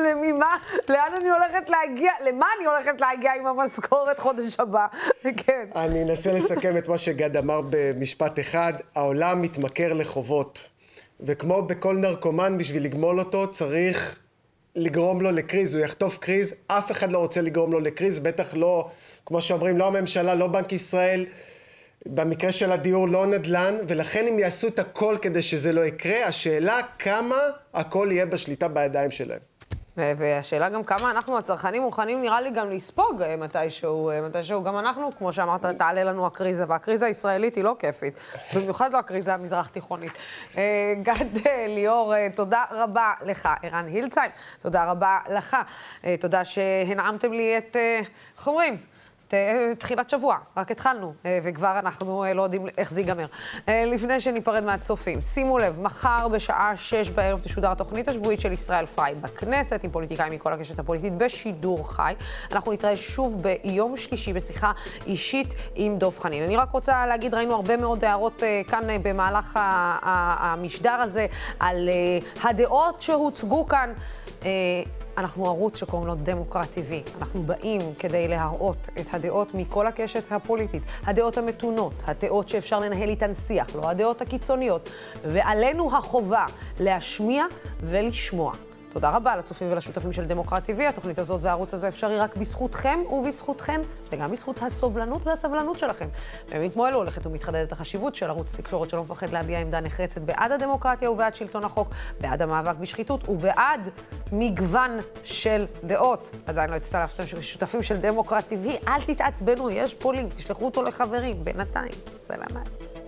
לאן אני הולכת להגיע, למה אני הולכת להגיע עם המשכורת חודש הבא, כן. אני אנסה לסכם את מה שגד אמר במשפט אחד, העולם מתמכר לחובות. וכמו בכל נרקומן, בשביל לגמול אותו, צריך לגרום לו לקריז. הוא יחטוף קריז, אף אחד לא רוצה לגרום לו לקריז, בטח לא, כמו שאומרים, לא הממשלה, לא בנק ישראל, במקרה של הדיור לא נדל"ן, ולכן הם יעשו את הכל כדי שזה לא יקרה. השאלה כמה הכל יהיה בשליטה בידיים שלהם. והשאלה גם כמה אנחנו הצרכנים מוכנים נראה לי גם לספוג מתישהו גם אנחנו, כמו שאמרת, תעלה לנו הקריזה, והקריזה הישראלית היא לא כיפית, במיוחד לא הקריזה המזרח תיכונית. גד ליאור, תודה רבה לך. ערן הילצהיים, תודה רבה לך. תודה שהנעמתם לי את, איך אומרים? תחילת שבוע, רק התחלנו, וכבר אנחנו לא יודעים איך זה ייגמר. לפני שניפרד מהצופים, שימו לב, מחר בשעה 6 בערב תשודר התוכנית השבועית של ישראל פריי בכנסת, עם פוליטיקאים מכל הקשת הפוליטית בשידור חי. אנחנו נתראה שוב ביום שלישי בשיחה אישית עם דוב חנין. אני רק רוצה להגיד, ראינו הרבה מאוד הערות כאן במהלך המשדר הזה, על הדעות שהוצגו כאן. אנחנו ערוץ שקוראים לו דמוקרט TV. אנחנו באים כדי להראות את הדעות מכל הקשת הפוליטית, הדעות המתונות, הדעות שאפשר לנהל איתן שיח, לא הדעות הקיצוניות, ועלינו החובה להשמיע ולשמוע. תודה רבה לצופים ולשותפים של דמוקרט TV. התוכנית הזאת והערוץ הזה אפשרי רק בזכותכם ובזכותכן, וגם בזכות הסובלנות והסבלנות שלכם. בימים כמו אלו הולכת ומתחדדת החשיבות של ערוץ תקשורת שלא מפחד להביע עמדה נחרצת בעד הדמוקרטיה ובעד שלטון החוק, בעד המאבק בשחיתות ובעד מגוון של דעות. עדיין לא הצטרפתם שותפים של דמוקרט TV, אל תתעצבנו, יש פה לינק, תשלחו אותו לחברים. בינתיים, סלמת.